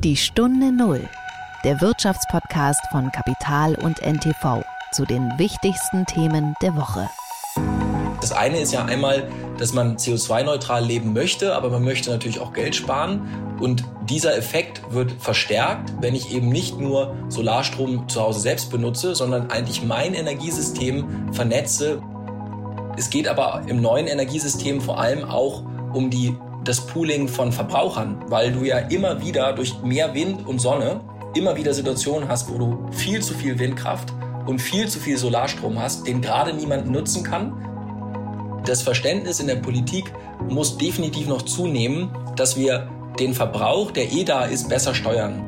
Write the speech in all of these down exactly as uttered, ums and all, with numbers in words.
Die Stunde Null, der Wirtschaftspodcast von Kapital und N T V zu den wichtigsten Themen der Woche. Das eine ist ja einmal, dass man C O zwei neutral leben möchte, aber man möchte natürlich auch Geld sparen. Und dieser Effekt wird verstärkt, wenn ich eben nicht nur Solarstrom zu Hause selbst benutze, sondern eigentlich mein Energiesystem vernetze. Es geht aber im neuen Energiesystem vor allem auch um die, das Pooling von Verbrauchern, weil du ja immer wieder durch mehr Wind und Sonne immer wieder Situationen hast, wo du viel zu viel Windkraft und viel zu viel Solarstrom hast, den gerade niemand nutzen kann. Das Verständnis in der Politik muss definitiv noch zunehmen, dass wir den Verbrauch, der eh da ist, besser steuern.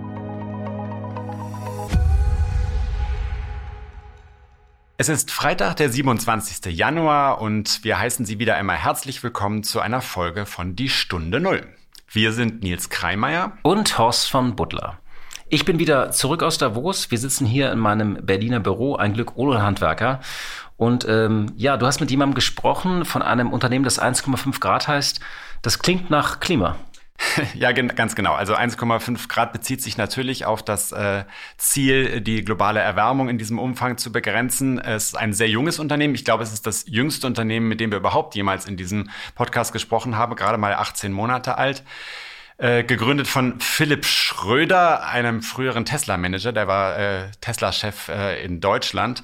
Es ist Freitag, der siebenundzwanzigster Januar und wir heißen Sie wieder einmal herzlich willkommen zu einer Folge von Die Stunde Null. Wir sind Nils Kreimeier und Horst von Butler. Ich bin wieder zurück aus Davos. Wir sitzen hier in meinem Berliner Büro, ein Glück ohne Handwerker. Und ähm, ja, du hast mit jemandem gesprochen von einem Unternehmen, das eins Komma fünf Grad heißt. Das klingt nach Klima. Ja, ganz genau. Also eins Komma fünf Grad bezieht sich natürlich auf das äh, Ziel, die globale Erwärmung in diesem Umfang zu begrenzen. Es ist ein sehr junges Unternehmen. Ich glaube, es ist das jüngste Unternehmen, mit dem wir überhaupt jemals in diesem Podcast gesprochen haben, gerade mal achtzehn Monate alt. Äh, gegründet von Philipp Schröder, einem früheren Tesla-Manager, der war äh, Tesla-Chef äh, in Deutschland.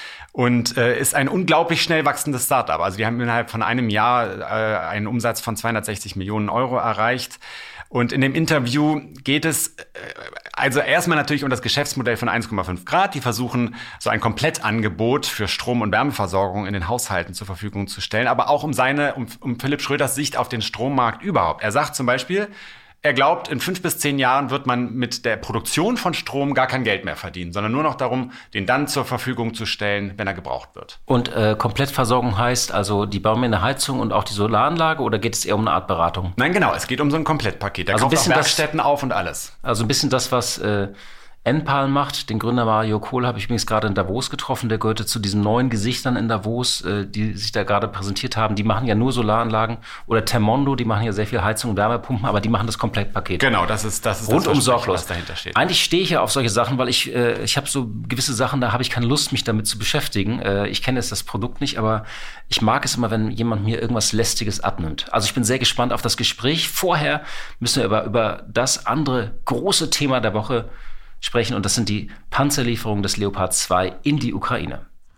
Und äh, ist ein unglaublich schnell wachsendes Startup. Also die haben innerhalb von einem Jahr äh, einen Umsatz von zweihundertsechzig Millionen Euro erreicht. Und in dem Interview geht es äh, also erstmal natürlich um das Geschäftsmodell von eins Komma fünf Grad. Die versuchen, so ein Komplettangebot für Strom- und Wärmeversorgung in den Haushalten zur Verfügung zu stellen. Aber auch um seine, um, um Philipp Schröders Sicht auf den Strommarkt überhaupt. Er sagt zum Beispiel, er glaubt, in fünf bis zehn Jahren wird man mit der Produktion von Strom gar kein Geld mehr verdienen, sondern nur noch darum, den dann zur Verfügung zu stellen, wenn er gebraucht wird. Und äh, Komplettversorgung heißt also, die bauen mir eine Heizung und auch die Solaranlage, oder geht es eher um eine Art Beratung? Nein, genau, es geht um so ein Komplettpaket. Der also kauft ein auch Werkstätten auf und alles. Also ein bisschen das, was äh, Enpal macht. Den Gründer Mario Kohl habe ich übrigens gerade in Davos getroffen. Der gehörte zu diesen neuen Gesichtern in Davos, äh, die sich da gerade präsentiert haben. Die machen ja nur Solaranlagen. Oder Termondo, die machen ja sehr viel Heizung und Wärmepumpen, aber die machen das Komplettpaket. Genau, das ist das, ist rundum das sorglos, was dahinter steht. Eigentlich stehe ich ja auf solche Sachen, weil ich äh, ich habe so gewisse Sachen, da habe ich keine Lust, mich damit zu beschäftigen. Äh, ich kenne jetzt das Produkt nicht, aber ich mag es immer, wenn jemand mir irgendwas Lästiges abnimmt. Also ich bin sehr gespannt auf das Gespräch. Vorher müssen wir über, über das andere große Thema der Woche sprechen, und das sind die Panzerlieferungen des Leopard zwei in die Ukraine.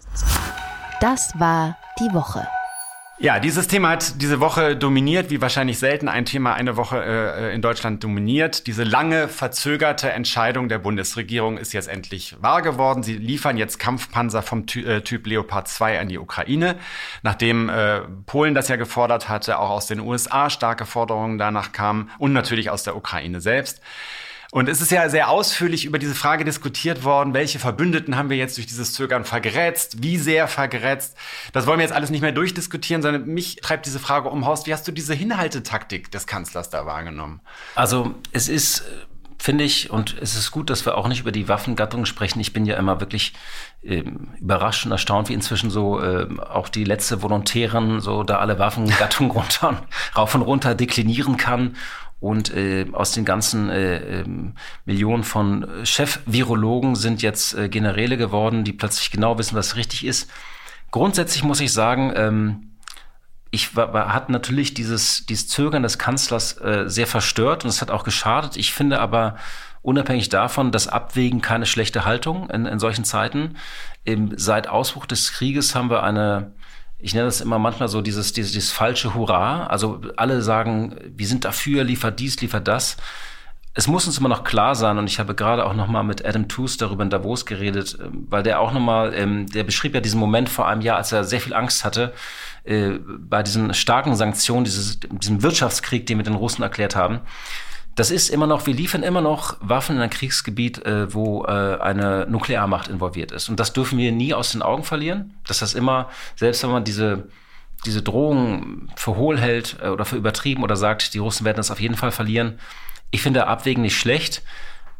Das war die Woche. Ja, dieses Thema hat diese Woche dominiert, wie wahrscheinlich selten ein Thema eine Woche äh, in Deutschland dominiert. Diese lange verzögerte Entscheidung der Bundesregierung ist jetzt endlich wahr geworden. Sie liefern jetzt Kampfpanzer vom Ty- äh, Typ Leopard zwei an die Ukraine, nachdem äh, Polen das ja gefordert hatte, auch aus den U S A starke Forderungen danach kamen und natürlich aus der Ukraine selbst. Und es ist ja sehr ausführlich über diese Frage diskutiert worden, welche Verbündeten haben wir jetzt durch dieses Zögern vergrätzt, wie sehr vergrätzt. Das wollen wir jetzt alles nicht mehr durchdiskutieren, sondern mich treibt diese Frage um, Horst, wie hast du diese Hinhaltetaktik des Kanzlers da wahrgenommen? Also es ist, finde ich, und es ist gut, dass wir auch nicht über die Waffengattung sprechen. Ich bin ja immer wirklich äh, überrascht und erstaunt, wie inzwischen so äh, auch die letzte Volontärin so da alle Waffengattungen runter und rauf und runter deklinieren kann. Und äh, aus den ganzen äh, äh, Millionen von Chef-Virologen sind jetzt äh, Generäle geworden, die plötzlich genau wissen, was richtig ist. Grundsätzlich muss ich sagen, ähm, ich war, war, hat natürlich dieses, dieses Zögern des Kanzlers äh, sehr verstört, und es hat auch geschadet. Ich finde aber, unabhängig davon, das Abwägen keine schlechte Haltung in, in solchen Zeiten. Ähm, seit Ausbruch des Krieges haben wir eine, ich nenne das immer manchmal so dieses, dieses, dieses falsche Hurra. Also alle sagen, wir sind dafür, liefert dies, liefert das. Es muss uns immer noch klar sein, und ich habe gerade auch noch mal mit Adam Tooze darüber in Davos geredet, weil der auch noch mal, ähm, der beschrieb ja diesen Moment vor einem Jahr, als er sehr viel Angst hatte, äh, bei diesen starken Sanktionen, dieses, diesem Wirtschaftskrieg, den wir den Russen erklärt haben. Das ist immer noch, wir liefern immer noch Waffen in ein Kriegsgebiet, äh, wo äh, eine Nuklearmacht involviert ist. Und das dürfen wir nie aus den Augen verlieren. Dass das immer, selbst wenn man diese, diese Drohung für hohl hält äh, oder für übertrieben oder sagt, die Russen werden das auf jeden Fall verlieren. Ich finde Abwägen nicht schlecht.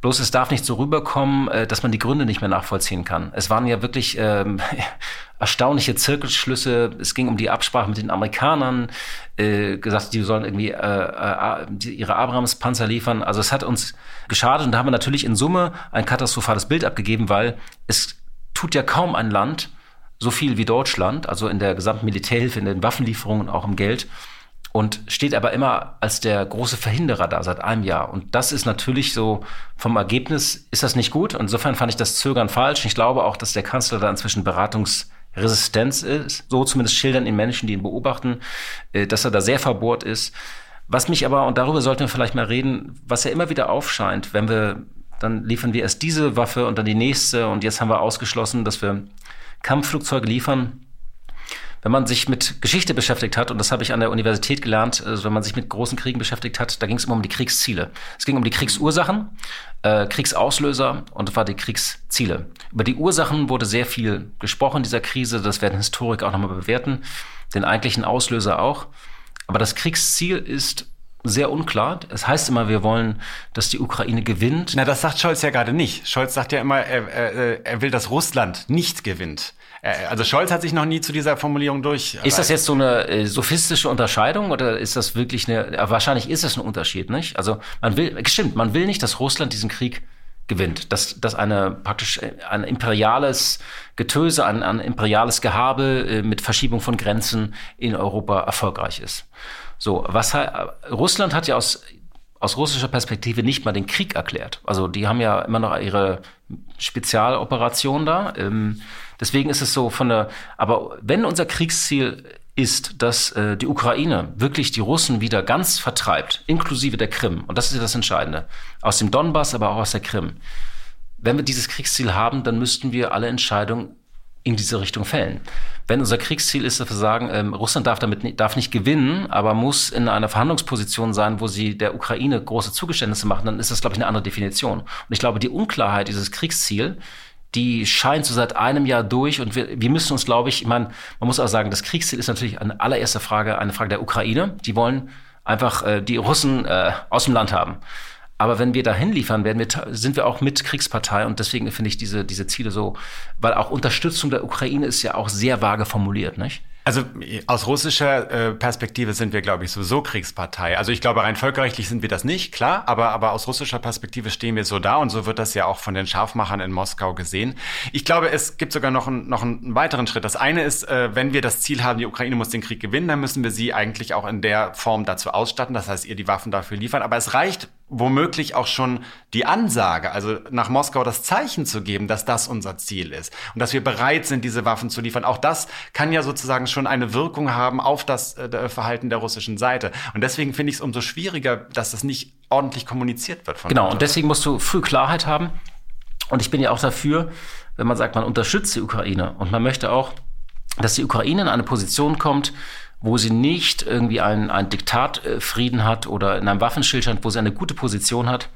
Bloß es darf nicht so rüberkommen, dass man die Gründe nicht mehr nachvollziehen kann. Es waren ja wirklich ähm, erstaunliche Zirkelschlüsse. Es ging um die Absprache mit den Amerikanern, äh, gesagt, die sollen irgendwie äh, äh, ihre Abrams-Panzer liefern. Also es hat uns geschadet und da haben wir natürlich in Summe ein katastrophales Bild abgegeben, weil es tut ja kaum ein Land so viel wie Deutschland, also in der gesamten Militärhilfe, in den Waffenlieferungen, auch im Geld. Und steht aber immer als der große Verhinderer da seit einem Jahr. Und das ist natürlich so, vom Ergebnis ist das nicht gut. Insofern fand ich das Zögern falsch. Ich glaube auch, dass der Kanzler da inzwischen beratungsresistent ist. So zumindest schildern ihn Menschen, die ihn beobachten, dass er da sehr verbohrt ist. Was mich aber, und darüber sollten wir vielleicht mal reden, was ja immer wieder aufscheint, wenn wir, dann liefern wir erst diese Waffe und dann die nächste. Und jetzt haben wir ausgeschlossen, dass wir Kampfflugzeuge liefern. Wenn man sich mit Geschichte beschäftigt hat, und das habe ich an der Universität gelernt, also wenn man sich mit großen Kriegen beschäftigt hat, da ging es immer um die Kriegsziele. Es ging um die Kriegsursachen, äh, Kriegsauslöser und es war die Kriegsziele. Über die Ursachen wurde sehr viel gesprochen in dieser Krise, das werden Historiker auch nochmal bewerten, den eigentlichen Auslöser auch. Aber das Kriegsziel ist sehr unklar. Es heißt immer, wir wollen, dass die Ukraine gewinnt. Na, das sagt Scholz ja gerade nicht. Scholz sagt ja immer, er, er, er will, dass Russland nicht gewinnt. Also Scholz hat sich noch nie zu dieser Formulierung durch. Ist das jetzt so eine äh, sophistische Unterscheidung oder ist das wirklich eine, äh, wahrscheinlich ist es ein Unterschied, nicht? Also man will, stimmt, man will nicht, dass Russland diesen Krieg gewinnt, dass, dass eine praktisch ein imperiales Getöse, ein, ein imperiales Gehabe äh, mit Verschiebung von Grenzen in Europa erfolgreich ist. So, was Russland hat ja aus aus russischer Perspektive nicht mal den Krieg erklärt. Also die haben ja immer noch ihre Spezialoperation da. Ähm, deswegen ist es so von der, aber wenn unser Kriegsziel ist, dass äh, die Ukraine wirklich die Russen wieder ganz vertreibt, inklusive der Krim, und das ist ja das Entscheidende, aus dem Donbass, aber auch aus der Krim. Wenn wir dieses Kriegsziel haben, dann müssten wir alle Entscheidungen in diese Richtung fällen. Wenn unser Kriegsziel ist, dass wir sagen, ähm, Russland darf damit darf nicht gewinnen, aber muss in einer Verhandlungsposition sein, wo sie der Ukraine große Zugeständnisse machen, dann ist das, glaube ich, eine andere Definition. Und ich glaube, die Unklarheit dieses Kriegsziel, die scheint so seit einem Jahr durch und wir, wir müssen uns, glaube ich, ich meine, man muss auch sagen, das Kriegsziel ist natürlich eine allererste Frage, eine Frage der Ukraine. Die wollen einfach äh, die Russen äh, aus dem Land haben. Aber wenn wir dahin liefern, werden wir, sind wir auch mit Kriegspartei und deswegen finde ich diese, diese Ziele so, weil auch Unterstützung der Ukraine ist ja auch sehr vage formuliert, nicht? Also aus russischer äh, Perspektive sind wir, glaube ich, sowieso Kriegspartei. Also ich glaube, rein völkerrechtlich sind wir das nicht, klar, aber, aber aus russischer Perspektive stehen wir so da und so wird das ja auch von den Scharfmachern in Moskau gesehen. Ich glaube, es gibt sogar noch, ein, noch einen weiteren Schritt. Das eine ist, äh, wenn wir das Ziel haben, die Ukraine muss den Krieg gewinnen, dann müssen wir sie eigentlich auch in der Form dazu ausstatten, das heißt, ihr die Waffen dafür liefern. Aber es reicht womöglich auch schon die Ansage, also nach Moskau das Zeichen zu geben, dass das unser Ziel ist und dass wir bereit sind, diese Waffen zu liefern. Auch das kann ja sozusagen schon eine Wirkung haben auf das äh, Verhalten der russischen Seite. Und deswegen finde ich es umso schwieriger, dass das nicht ordentlich kommuniziert wird. Von genau, und deswegen musst du früh Klarheit haben. Und ich bin ja auch dafür, wenn man sagt, man unterstützt die Ukraine und man möchte auch, dass die Ukraine in eine Position kommt, wo sie nicht irgendwie einen, einen Diktatfrieden hat oder in einem Waffenstillstand, wo sie eine gute Position hat,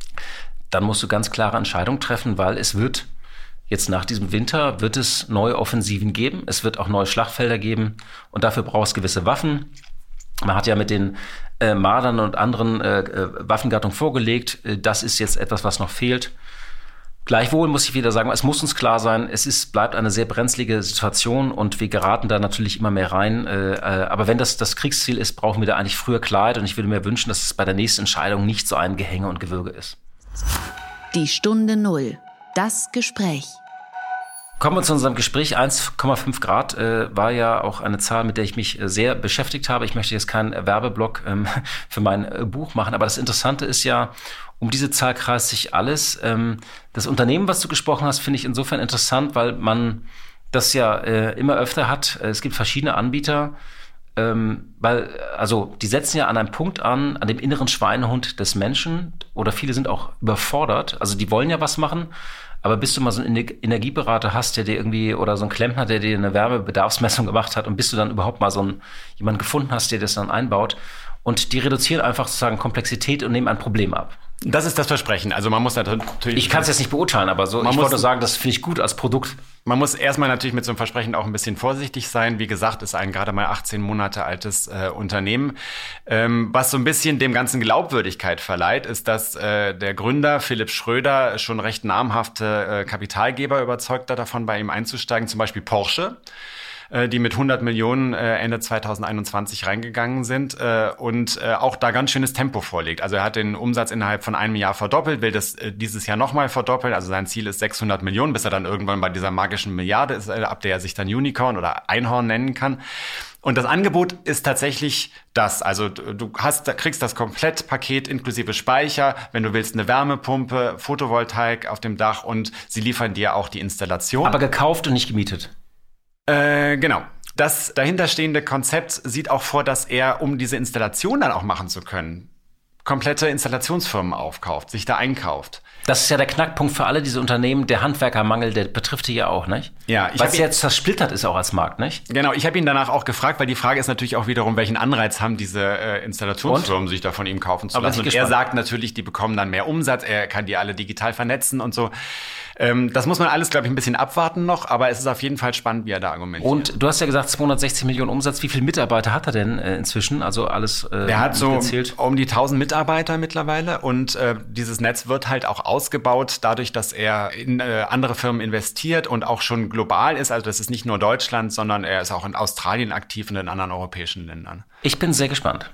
dann musst du ganz klare Entscheidungen treffen, weil es wird jetzt nach diesem Winter wird es neue Offensiven geben, es wird auch neue Schlachtfelder geben und dafür braucht es gewisse Waffen. Man hat ja mit den äh, Mardern und anderen äh, Waffengattungen vorgelegt, äh, das ist jetzt etwas, was noch fehlt. Gleichwohl muss ich wieder sagen, es muss uns klar sein, es ist, bleibt eine sehr brenzlige Situation und wir geraten da natürlich immer mehr rein. Äh, aber wenn das das Kriegsziel ist, brauchen wir da eigentlich früher Klarheit und ich würde mir wünschen, dass es bei der nächsten Entscheidung nicht so ein Gehänge und Gewürge ist. Die Stunde Null. Das Gespräch. Kommen wir zu unserem Gespräch. eins Komma fünf Grad äh, war ja auch eine Zahl, mit der ich mich äh, sehr beschäftigt habe. Ich möchte jetzt keinen Werbeblock ähm, für mein äh, Buch machen, aber das Interessante ist ja, um diese Zahl kreist sich alles. Ähm, das Unternehmen, was du gesprochen hast, finde ich insofern interessant, weil man das ja äh, immer öfter hat. Es gibt verschiedene Anbieter, ähm, weil also die setzen ja an einem Punkt an, an dem inneren Schweinehund des Menschen oder viele sind auch überfordert. Also die wollen ja was machen, aber bis du mal so einen Energieberater hast, der dir irgendwie, oder so einen Klempner, der dir eine Wärmebedarfsmessung gemacht hat und bis du dann überhaupt mal so einen, jemanden gefunden hast, der das dann einbaut. Und die reduzieren einfach sozusagen Komplexität und nehmen ein Problem ab. Das ist das Versprechen. Also man muss natürlich... Ich kann es jetzt nicht beurteilen, aber so, man ich muss, wollte sagen, das finde ich gut als Produkt. Man muss erstmal natürlich mit so einem Versprechen auch ein bisschen vorsichtig sein. Wie gesagt, ist ein gerade mal achtzehn Monate altes äh, Unternehmen. Ähm, was so ein bisschen dem Ganzen Glaubwürdigkeit verleiht, ist, dass äh, der Gründer Philipp Schröder schon recht namhafte äh, Kapitalgeber überzeugt hat, davon bei ihm einzusteigen, zum Beispiel Porsche, die mit hundert Millionen Ende zweitausendeinundzwanzig reingegangen sind und auch da ganz schönes Tempo vorlegt. Also er hat den Umsatz innerhalb von einem Jahr verdoppelt, will das dieses Jahr nochmal verdoppeln. Also sein Ziel ist sechshundert Millionen, bis er dann irgendwann bei dieser magischen Milliarde ist, ab der er sich dann Unicorn oder Einhorn nennen kann. Und das Angebot ist tatsächlich das. Also du hast, kriegst das Komplettpaket inklusive Speicher, wenn du willst eine Wärmepumpe, Photovoltaik auf dem Dach und sie liefern dir auch die Installation. Aber gekauft und nicht gemietet. Äh, genau. Das dahinterstehende Konzept sieht auch vor, dass er, um diese Installation dann auch machen zu können, komplette Installationsfirmen aufkauft, sich da einkauft. Das ist ja der Knackpunkt für alle diese Unternehmen. Der Handwerkermangel, der betrifft die ja auch, nicht? Ja, ich weil es jetzt zersplittert ist auch als Markt, nicht? Genau, ich habe ihn danach auch gefragt, weil die Frage ist natürlich auch wiederum, welchen Anreiz haben diese äh, Installationsfirmen, und? sich da von ihm kaufen zu lassen. Und er sagt natürlich, die bekommen dann mehr Umsatz, er kann die alle digital vernetzen und so. Ähm, das muss man alles, glaube ich, ein bisschen abwarten noch, aber es ist auf jeden Fall spannend, wie er da argumentiert. Und du hast ja gesagt, zweihundertsechzig Millionen Umsatz. Wie viele Mitarbeiter hat er denn äh, inzwischen? Also alles äh, Der hat so gezählt? um die tausend Mitarbeiter mittlerweile und äh, dieses Netz wird halt auch ausgebaut, dadurch, dass er in äh, andere Firmen investiert und auch schon global ist. Also das ist nicht nur Deutschland, sondern er ist auch in Australien aktiv und in anderen europäischen Ländern. Ich bin sehr gespannt.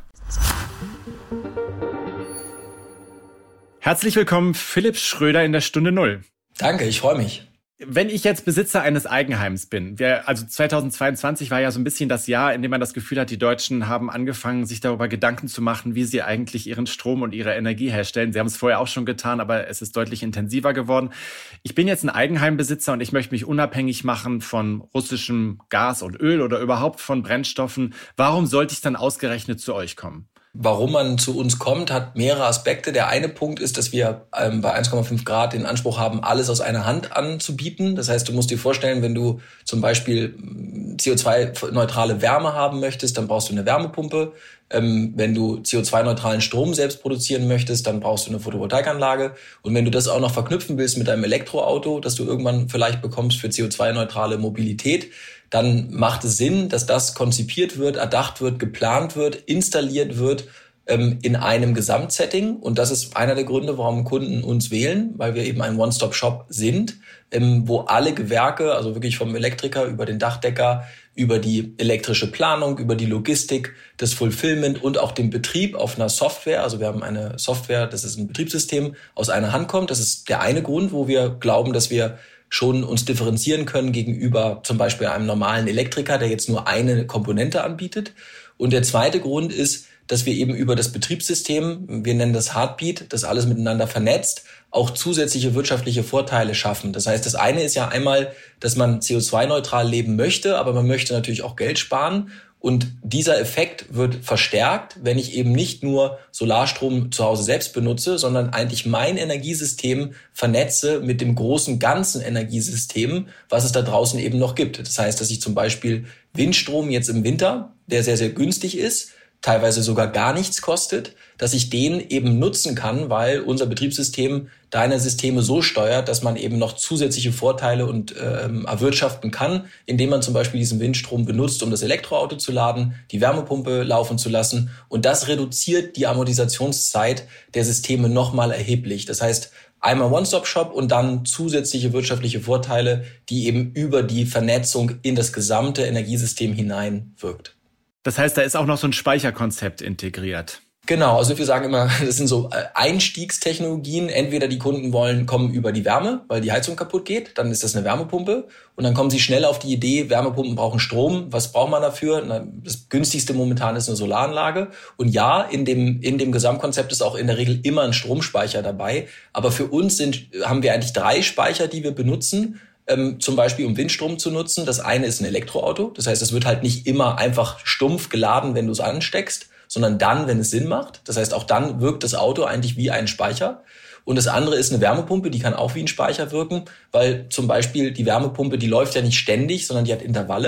Herzlich willkommen, Philipp Schröder in der Stunde Null. Danke, ich freue mich. Wenn ich jetzt Besitzer eines Eigenheims bin, wir, also zweitausendzweiundzwanzig war ja so ein bisschen das Jahr, in dem man das Gefühl hat, die Deutschen haben angefangen, sich darüber Gedanken zu machen, wie sie eigentlich ihren Strom und ihre Energie herstellen. Sie haben es vorher auch schon getan, aber es ist deutlich intensiver geworden. Ich bin jetzt ein Eigenheimbesitzer und ich möchte mich unabhängig machen von russischem Gas und Öl oder überhaupt von Brennstoffen. Warum sollte ich dann ausgerechnet zu euch kommen? Warum man zu uns kommt, hat mehrere Aspekte. Der eine Punkt ist, dass wir ähm, bei eins Komma fünf Grad den Anspruch haben, alles aus einer Hand anzubieten. Das heißt, du musst dir vorstellen, wenn du zum Beispiel C O zwei neutrale Wärme haben möchtest, dann brauchst du eine Wärmepumpe. Ähm, wenn du C O zwei neutralen Strom selbst produzieren möchtest, dann brauchst du eine Photovoltaikanlage. Und wenn du das auch noch verknüpfen willst mit deinem Elektroauto, das du irgendwann vielleicht bekommst für C O zwei neutrale Mobilität, dann macht es Sinn, dass das konzipiert wird, erdacht wird, geplant wird, installiert wird ähm, in einem Gesamtsetting. Und das ist einer der Gründe, warum Kunden uns wählen, weil wir eben ein One-Stop-Shop sind, ähm, wo alle Gewerke, also wirklich vom Elektriker über den Dachdecker, über die elektrische Planung, über die Logistik, das Fulfillment und auch den Betrieb auf einer Software. Also wir haben eine Software, das ist ein Betriebssystem, aus einer Hand kommt. Das ist der eine Grund, wo wir glauben, dass wir schon uns differenzieren können gegenüber zum Beispiel einem normalen Elektriker, der jetzt nur eine Komponente anbietet. Und der zweite Grund ist, dass wir eben über das Betriebssystem, wir nennen das Heartbeat, das alles miteinander vernetzt, auch zusätzliche wirtschaftliche Vorteile schaffen. Das heißt, das eine ist ja einmal, dass man C O zwei neutral leben möchte, aber man möchte natürlich auch Geld sparen. Und dieser Effekt wird verstärkt, wenn ich eben nicht nur Solarstrom zu Hause selbst benutze, sondern eigentlich mein Energiesystem vernetze mit dem großen ganzen Energiesystem, was es da draußen eben noch gibt. Das heißt, dass ich zum Beispiel Windstrom jetzt im Winter, der sehr, sehr günstig ist, teilweise sogar gar nichts kostet, dass ich den eben nutzen kann, weil unser Betriebssystem deine Systeme so steuert, dass man eben noch zusätzliche Vorteile und ähm, erwirtschaften kann, indem man zum Beispiel diesen Windstrom benutzt, um das Elektroauto zu laden, die Wärmepumpe laufen zu lassen. Und das reduziert die Amortisationszeit der Systeme nochmal erheblich. Das heißt, einmal One-Stop-Shop und dann zusätzliche wirtschaftliche Vorteile, die eben über die Vernetzung in das gesamte Energiesystem hinein wirkt. Das heißt, da ist auch noch so ein Speicherkonzept integriert. Genau, also wir sagen immer, das sind so Einstiegstechnologien. Entweder die Kunden wollen, kommen über die Wärme, weil die Heizung kaputt geht, dann ist das eine Wärmepumpe. Und dann kommen sie schnell auf die Idee, Wärmepumpen brauchen Strom. Was braucht man dafür? Das günstigste momentan ist eine Solaranlage. Und ja, in dem, in dem Gesamtkonzept ist auch in der Regel immer ein Stromspeicher dabei. Aber für uns sind, haben wir eigentlich drei Speicher, die wir benutzen. Ähm, zum Beispiel um Windstrom zu nutzen. Das eine ist ein Elektroauto. Das heißt, es wird halt nicht immer einfach stumpf geladen, wenn du es ansteckst, sondern dann, wenn es Sinn macht. Das heißt, auch dann wirkt das Auto eigentlich wie ein Speicher. Und das andere ist eine Wärmepumpe, die kann auch wie ein Speicher wirken, weil zum Beispiel die Wärmepumpe, die läuft ja nicht ständig, sondern die hat Intervalle.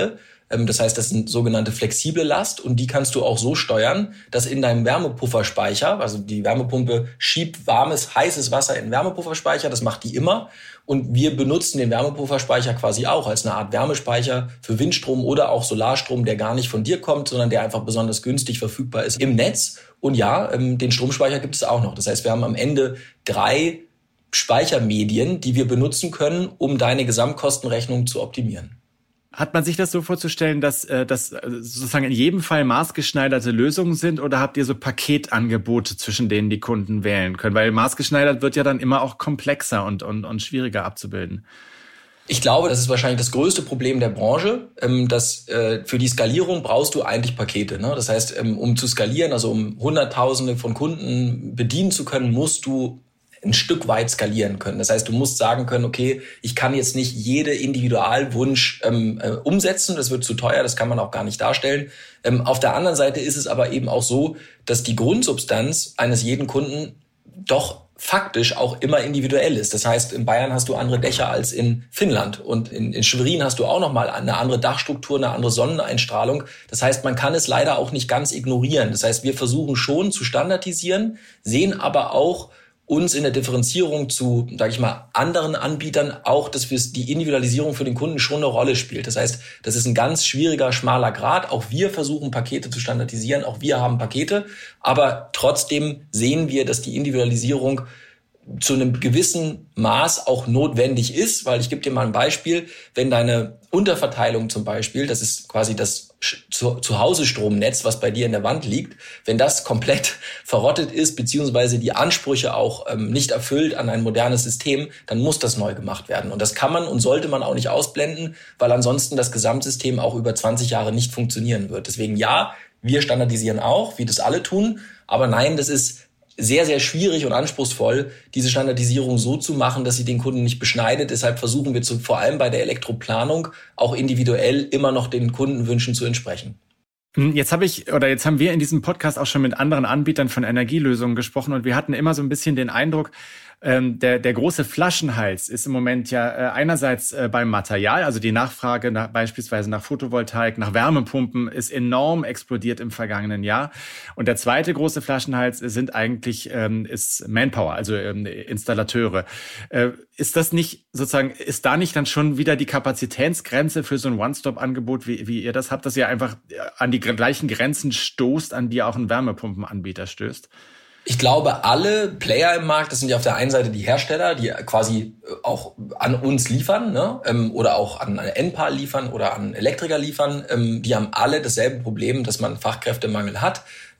Das heißt, das sind sogenannte flexible Last und die kannst du auch so steuern, dass in deinem Wärmepufferspeicher, also die Wärmepumpe schiebt warmes, heißes Wasser in den Wärmepufferspeicher, das macht die immer. Und wir benutzen den Wärmepufferspeicher quasi auch als eine Art Wärmespeicher für Windstrom oder auch Solarstrom, der gar nicht von dir kommt, sondern der einfach besonders günstig verfügbar ist im Netz. Und ja, den Stromspeicher gibt es auch noch. Das heißt, wir haben am Ende drei Speichermedien, die wir benutzen können, um deine Gesamtkostenrechnung zu optimieren. Hat man sich das so vorzustellen, dass das sozusagen in jedem Fall maßgeschneiderte Lösungen sind oder habt ihr so Paketangebote, zwischen denen die Kunden wählen können? Weil maßgeschneidert wird ja dann immer auch komplexer und, und, und schwieriger abzubilden. Ich glaube, das ist wahrscheinlich das größte Problem der Branche, dass für die Skalierung brauchst du eigentlich Pakete. Das heißt, um zu skalieren, also um Hunderttausende von Kunden bedienen zu können, musst du ein Stück weit skalieren können. Das heißt, du musst sagen können, okay, ich kann jetzt nicht jede Individualwunsch ähm, äh, umsetzen, das wird zu teuer, das kann man auch gar nicht darstellen. Ähm, auf der anderen Seite ist es aber eben auch so, dass die Grundsubstanz eines jeden Kunden doch faktisch auch immer individuell ist. Das heißt, in Bayern hast du andere Dächer als in Finnland und in, in Schwerin hast du auch nochmal eine andere Dachstruktur, eine andere Sonneneinstrahlung. Das heißt, man kann es leider auch nicht ganz ignorieren. Das heißt, wir versuchen schon zu standardisieren, sehen aber auch uns in der Differenzierung zu, sage ich mal, anderen Anbietern auch, dass wir die Individualisierung für den Kunden schon eine Rolle spielt. Das heißt, das ist ein ganz schwieriger, schmaler Grat. Auch wir versuchen, Pakete zu standardisieren. Auch wir haben Pakete. Aber trotzdem sehen wir, dass die Individualisierung zu einem gewissen Maß auch notwendig ist, weil ich gebe dir mal ein Beispiel, wenn deine Unterverteilung zum Beispiel, das ist quasi das Zuhause-Stromnetz, was bei dir in der Wand liegt, wenn das komplett verrottet ist, beziehungsweise die Ansprüche auch ähm, nicht erfüllt an ein modernes System, dann muss das neu gemacht werden. Und das kann man und sollte man auch nicht ausblenden, weil ansonsten das Gesamtsystem auch über zwanzig Jahre nicht funktionieren wird. Deswegen ja, wir standardisieren auch, wie das alle tun, aber nein, das ist sehr, sehr schwierig und anspruchsvoll, diese Standardisierung so zu machen, dass sie den Kunden nicht beschneidet. Deshalb versuchen wir zu, vor allem bei der Elektroplanung auch individuell immer noch den Kundenwünschen zu entsprechen. Jetzt habe ich oder jetzt haben wir in diesem Podcast auch schon mit anderen Anbietern von Energielösungen gesprochen und wir hatten immer so ein bisschen den Eindruck, ähm, der der große Flaschenhals ist im Moment ja äh, einerseits äh, beim Material, also die Nachfrage nach, beispielsweise nach Photovoltaik, nach Wärmepumpen ist enorm explodiert im vergangenen Jahr. Und der zweite große Flaschenhals sind eigentlich ähm, ist Manpower, also ähm, Installateure. Äh, ist das nicht sozusagen, ist da nicht dann schon wieder die Kapazitätsgrenze für so ein One-Stop-Angebot, wie, wie ihr das habt, dass ihr einfach an die gleichen Grenzen stoßt, an die auch ein Wärmepumpenanbieter stößt? Ich glaube, alle Player im Markt, das sind ja auf der einen Seite die Hersteller, die quasi auch an uns liefern, ne, oder auch an N P A liefern oder an Elektriker liefern, die haben alle dasselbe Problem, dass man Fachkräftemangel hat.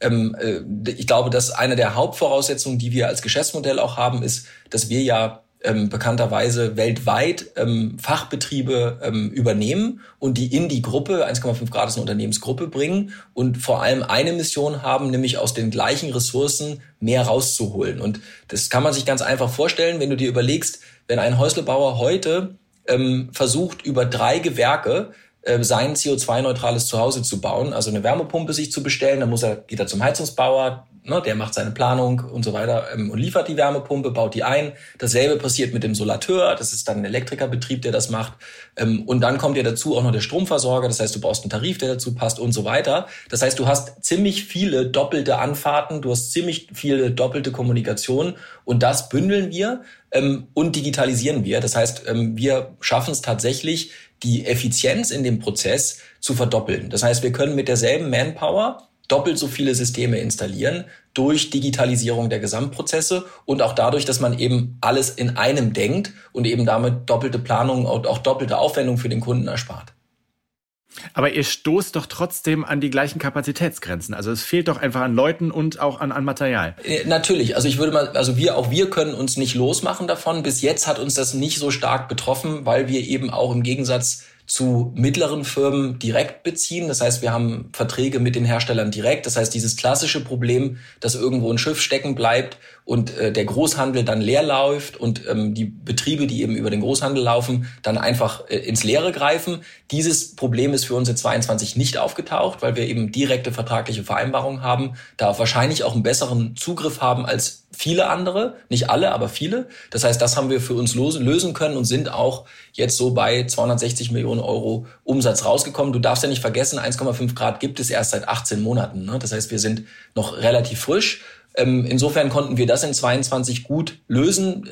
Ich glaube, dass eine der Hauptvoraussetzungen, die wir als Geschäftsmodell auch haben, ist, dass wir ja Ähm, bekannterweise weltweit ähm, Fachbetriebe ähm, übernehmen und die in die Gruppe, eins Komma fünf Grad ist eine Unternehmensgruppe, bringen und vor allem eine Mission haben, nämlich aus den gleichen Ressourcen mehr rauszuholen. Und das kann man sich ganz einfach vorstellen, wenn du dir überlegst, wenn ein Häuslebauer heute ähm, versucht, über drei Gewerke äh, sein C O zwei neutrales Zuhause zu bauen, also eine Wärmepumpe sich zu bestellen, dann muss er, geht er zum Heizungsbauer, ne, der macht seine Planung und so weiter ähm, und liefert die Wärmepumpe, baut die ein. Dasselbe passiert mit dem Solateur, das ist dann ein Elektrikerbetrieb, der das macht. Ähm, und dann kommt ja dazu auch noch der Stromversorger, das heißt, du brauchst einen Tarif, der dazu passt und so weiter. Das heißt, du hast ziemlich viele doppelte Anfahrten, du hast ziemlich viele doppelte Kommunikation und das bündeln wir ähm, und digitalisieren wir. Das heißt, ähm, wir schaffen es tatsächlich, die Effizienz in dem Prozess zu verdoppeln. Das heißt, wir können mit derselben Manpower doppelt so viele Systeme installieren durch Digitalisierung der Gesamtprozesse und auch dadurch, dass man eben alles in einem denkt und eben damit doppelte Planung und auch doppelte Aufwendung für den Kunden erspart. Aber ihr stoßt doch trotzdem an die gleichen Kapazitätsgrenzen. Also es fehlt doch einfach an Leuten und auch an, an Material. Natürlich. Also ich würde mal, also wir, auch wir können uns nicht losmachen davon. Bis jetzt hat uns das nicht so stark betroffen, weil wir eben auch im Gegensatz zu mittleren Firmen direkt beziehen. Das heißt, wir haben Verträge mit den Herstellern direkt. Das heißt, dieses klassische Problem, dass irgendwo ein Schiff stecken bleibt und äh, der Großhandel dann leer läuft und ähm, die Betriebe, die eben über den Großhandel laufen, dann einfach äh, ins Leere greifen. Dieses Problem ist für uns in zweiundzwanzig nicht aufgetaucht, weil wir eben direkte vertragliche Vereinbarungen haben, da wahrscheinlich auch einen besseren Zugriff haben als viele andere, nicht alle, aber viele. Das heißt, das haben wir für uns lösen können und sind auch jetzt so bei zweihundertsechzig Millionen Euro Umsatz rausgekommen. Du darfst ja nicht vergessen, eins Komma fünf Grad gibt es erst seit achtzehn Monaten. Ne? Das heißt, wir sind noch relativ frisch. Insofern konnten wir das in zweiundzwanzig gut lösen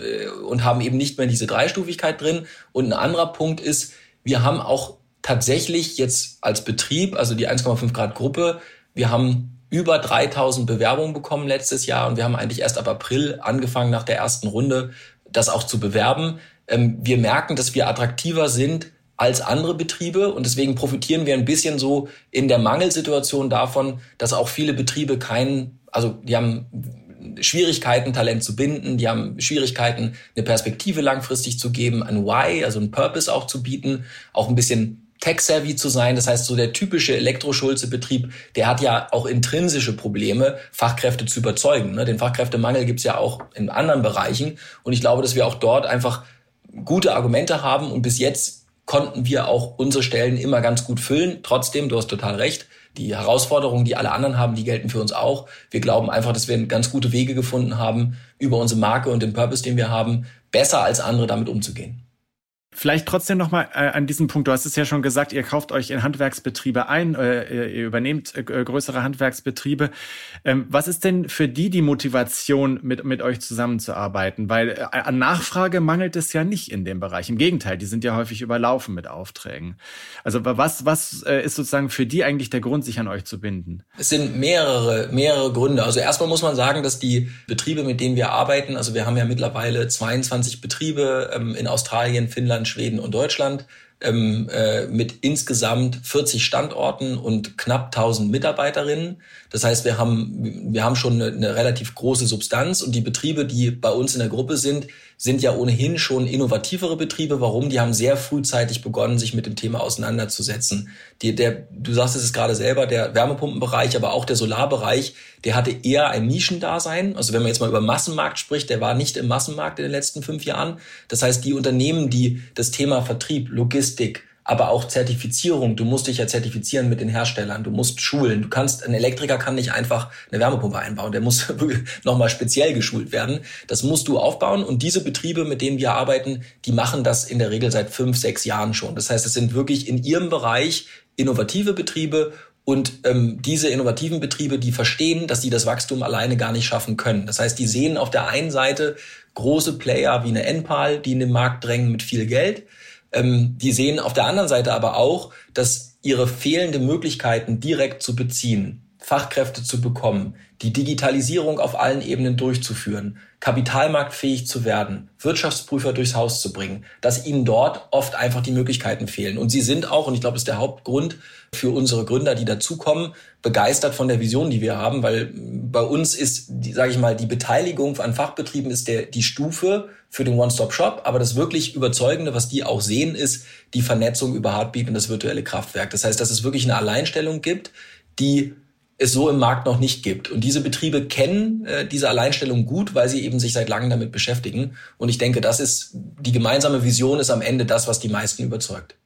und haben eben nicht mehr diese Dreistufigkeit drin. Und ein anderer Punkt ist, wir haben auch tatsächlich jetzt als Betrieb, also die eins Komma fünf Grad Gruppe, wir haben über dreitausend Bewerbungen bekommen letztes Jahr und wir haben eigentlich erst ab April angefangen, nach der ersten Runde das auch zu bewerben. Wir merken, dass wir attraktiver sind als andere Betriebe und deswegen profitieren wir ein bisschen so in der Mangelsituation davon, dass auch viele Betriebe keinen, also die haben Schwierigkeiten, Talent zu binden, die haben Schwierigkeiten, eine Perspektive langfristig zu geben, ein Why, also ein Purpose auch zu bieten, auch ein bisschen tech-savvy zu sein. Das heißt, so der typische Elektro-Schulze-Betrieb, der hat ja auch intrinsische Probleme, Fachkräfte zu überzeugen. Den Fachkräftemangel gibt's ja auch in anderen Bereichen. Und ich glaube, dass wir auch dort einfach gute Argumente haben. Und bis jetzt konnten wir auch unsere Stellen immer ganz gut füllen. Trotzdem, du hast total recht, die Herausforderungen, die alle anderen haben, die gelten für uns auch. Wir glauben einfach, dass wir ganz gute Wege gefunden haben, über unsere Marke und den Purpose, den wir haben, besser als andere damit umzugehen. Vielleicht trotzdem nochmal äh, an diesem Punkt. Du hast es ja schon gesagt, ihr kauft euch in Handwerksbetriebe ein, äh, ihr übernehmt äh, größere Handwerksbetriebe. Ähm, was ist denn für die die Motivation, mit mit euch zusammenzuarbeiten? Weil äh, an Nachfrage mangelt es ja nicht in dem Bereich. Im Gegenteil, die sind ja häufig überlaufen mit Aufträgen. Also was was äh, ist sozusagen für die eigentlich der Grund, sich an euch zu binden? Es sind mehrere mehrere Gründe. Also erstmal muss man sagen, dass die Betriebe, mit denen wir arbeiten, also wir haben ja mittlerweile zweiundzwanzig Betriebe ähm, in Australien, Finnland, Schweden und Deutschland ähm, äh, mit insgesamt vierzig Standorten und knapp tausend Mitarbeiterinnen. Das heißt, wir haben wir haben schon eine, eine relativ große Substanz und die Betriebe, die bei uns in der Gruppe sind, sind ja ohnehin schon innovativere Betriebe. Warum? Die haben sehr frühzeitig begonnen, sich mit dem Thema auseinanderzusetzen. Die, der, du sagst es gerade selber, der Wärmepumpenbereich, aber auch der Solarbereich, der hatte eher ein Nischendasein. Also wenn man jetzt mal über Massenmarkt spricht, der war nicht im Massenmarkt in den letzten fünf Jahren. Das heißt, die Unternehmen, die das Thema Vertrieb, Logistik, aber auch Zertifizierung, du musst dich ja zertifizieren mit den Herstellern, du musst schulen. Du kannst, ein Elektriker kann nicht einfach eine Wärmepumpe einbauen, der muss nochmal speziell geschult werden. Das musst du aufbauen und diese Betriebe, mit denen wir arbeiten, die machen das in der Regel seit fünf, sechs Jahren schon. Das heißt, es sind wirklich in ihrem Bereich innovative Betriebe und ähm, diese innovativen Betriebe, die verstehen, dass sie das Wachstum alleine gar nicht schaffen können. Das heißt, die sehen auf der einen Seite große Player wie eine Enpal, die in den Markt drängen mit viel Geld. Die sehen auf der anderen Seite aber auch, dass ihre fehlenden Möglichkeiten direkt zu beziehen, Fachkräfte zu bekommen, die Digitalisierung auf allen Ebenen durchzuführen, kapitalmarktfähig zu werden, Wirtschaftsprüfer durchs Haus zu bringen, dass ihnen dort oft einfach die Möglichkeiten fehlen. Und sie sind auch, und ich glaube, das ist der Hauptgrund für unsere Gründer, die dazukommen, begeistert von der Vision, die wir haben, weil bei uns ist, sage ich mal, die Beteiligung an Fachbetrieben ist der die Stufe für den One-Stop-Shop, aber das wirklich Überzeugende, was die auch sehen, ist die Vernetzung über Heartbeat und das virtuelle Kraftwerk. Das heißt, dass es wirklich eine Alleinstellung gibt, die es so im Markt noch nicht gibt. Und diese Betriebe kennen äh, diese Alleinstellung gut, weil sie eben sich seit langem damit beschäftigen. Und ich denke, das ist, die gemeinsame Vision ist am Ende das, was die meisten überzeugt.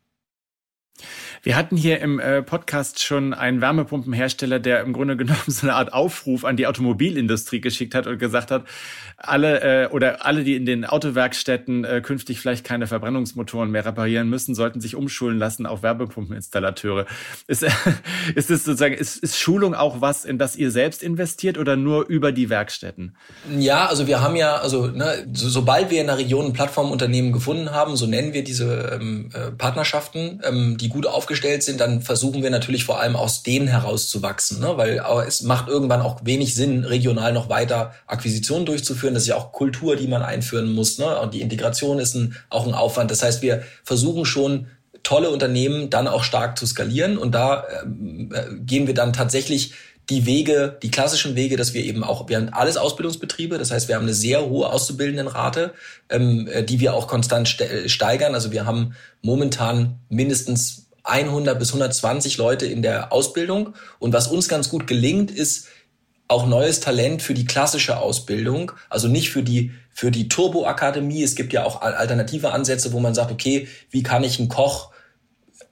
Wir hatten hier im äh, Podcast schon einen Wärmepumpenhersteller, der im Grunde genommen so eine Art Aufruf an die Automobilindustrie geschickt hat und gesagt hat, alle äh, oder alle, die in den Autowerkstätten äh, künftig vielleicht keine Verbrennungsmotoren mehr reparieren müssen, sollten sich umschulen lassen auf Wärmepumpeninstallateure. Ist, äh, ist es sozusagen, ist, ist Schulung auch was, in das ihr selbst investiert oder nur über die Werkstätten? Ja, also wir haben ja, also ne, so, sobald wir in der Region ein Plattformunternehmen gefunden haben, so nennen wir diese ähm, äh, Partnerschaften, ähm, die gut aufgestellt sind, dann versuchen wir natürlich vor allem aus denen herauszuwachsen, ne? Weil es macht irgendwann auch wenig Sinn, regional noch weiter Akquisitionen durchzuführen. Das ist ja auch Kultur, die man einführen muss, ne? Und die Integration ist ein, auch ein Aufwand. Das heißt, wir versuchen schon, tolle Unternehmen dann auch stark zu skalieren und da äh, gehen wir dann tatsächlich die Wege, die klassischen Wege, dass wir eben auch, wir haben alles Ausbildungsbetriebe, das heißt, wir haben eine sehr hohe Auszubildendenrate, ähm, die wir auch konstant ste- steigern. Also wir haben momentan mindestens hundert bis hundertzwanzig Leute in der Ausbildung. Und was uns ganz gut gelingt, ist auch neues Talent für die klassische Ausbildung. Also nicht für die, für die Turbo-Akademie. Es gibt ja auch alternative Ansätze, wo man sagt, okay, wie kann ich einen Koch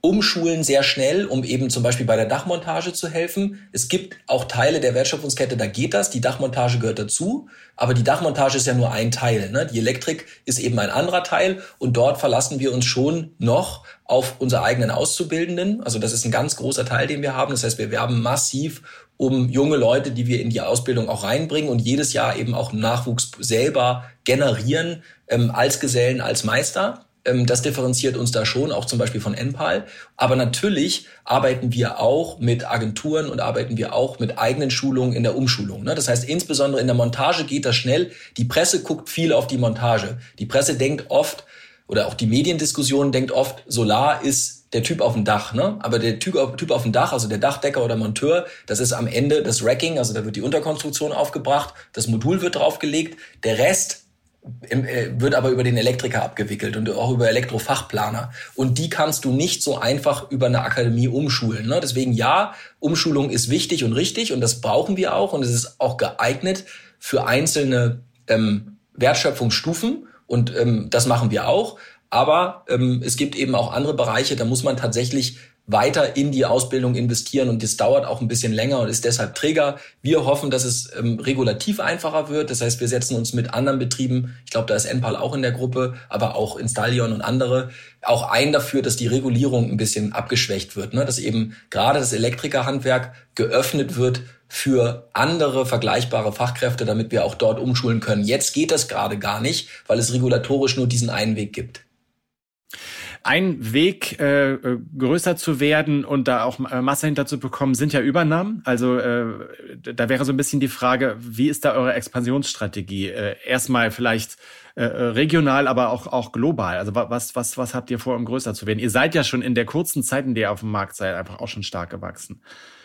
umschulen sehr schnell, um eben zum Beispiel bei der Dachmontage zu helfen. Es gibt auch Teile der Wertschöpfungskette, da geht das. Die Dachmontage gehört dazu. Aber die Dachmontage ist ja nur ein Teil, ne? Die Elektrik ist eben ein anderer Teil. Und dort verlassen wir uns schon noch auf unsere eigenen Auszubildenden. Also das ist ein ganz großer Teil, den wir haben. Das heißt, wir werben massiv um junge Leute, die wir in die Ausbildung auch reinbringen und jedes Jahr eben auch Nachwuchs selber generieren, ähm, als Gesellen, als Meister. Das differenziert uns da schon, auch zum Beispiel von Enpal. Aber natürlich arbeiten wir auch mit Agenturen und arbeiten wir auch mit eigenen Schulungen in der Umschulung. Das heißt, insbesondere in der Montage geht das schnell. Die Presse guckt viel auf die Montage. Die Presse denkt oft, oder auch die Mediendiskussion denkt oft, Solar ist der Typ auf dem Dach. Ne? Aber der Typ auf, Typ auf dem Dach, also der Dachdecker oder Monteur, das ist am Ende das Racking, also da wird die Unterkonstruktion aufgebracht, das Modul wird draufgelegt, der Rest wird aber über den Elektriker abgewickelt und auch über Elektrofachplaner. Und die kannst du nicht so einfach über eine Akademie umschulen. Ne? Deswegen ja, Umschulung ist wichtig und richtig und das brauchen wir auch. Und es ist auch geeignet für einzelne ähm, Wertschöpfungsstufen und ähm, das machen wir auch. Aber ähm, es gibt eben auch andere Bereiche, da muss man tatsächlich weiter in die Ausbildung investieren und das dauert auch ein bisschen länger und ist deshalb träger. Wir hoffen, dass es ähm, regulativ einfacher wird. Das heißt, wir setzen uns mit anderen Betrieben, ich glaube, da ist Enpal auch in der Gruppe, aber auch Installion und andere, auch ein dafür, dass die Regulierung ein bisschen abgeschwächt wird, ne? Dass eben gerade das Elektrikerhandwerk geöffnet wird für andere vergleichbare Fachkräfte, damit wir auch dort umschulen können. Jetzt geht das gerade gar nicht, weil es regulatorisch nur diesen einen Weg gibt. Ein Weg, äh, größer zu werden und da auch äh, Masse hinter zu bekommen, sind ja Übernahmen. Also äh, da wäre so ein bisschen die Frage, wie ist da eure Expansionsstrategie? Äh, erstmal vielleicht äh, regional, aber auch auch global. Also was was was habt ihr vor, um größer zu werden? Ihr seid ja schon in der kurzen Zeit, in der ihr auf dem Markt seid, einfach auch schon stark gewachsen.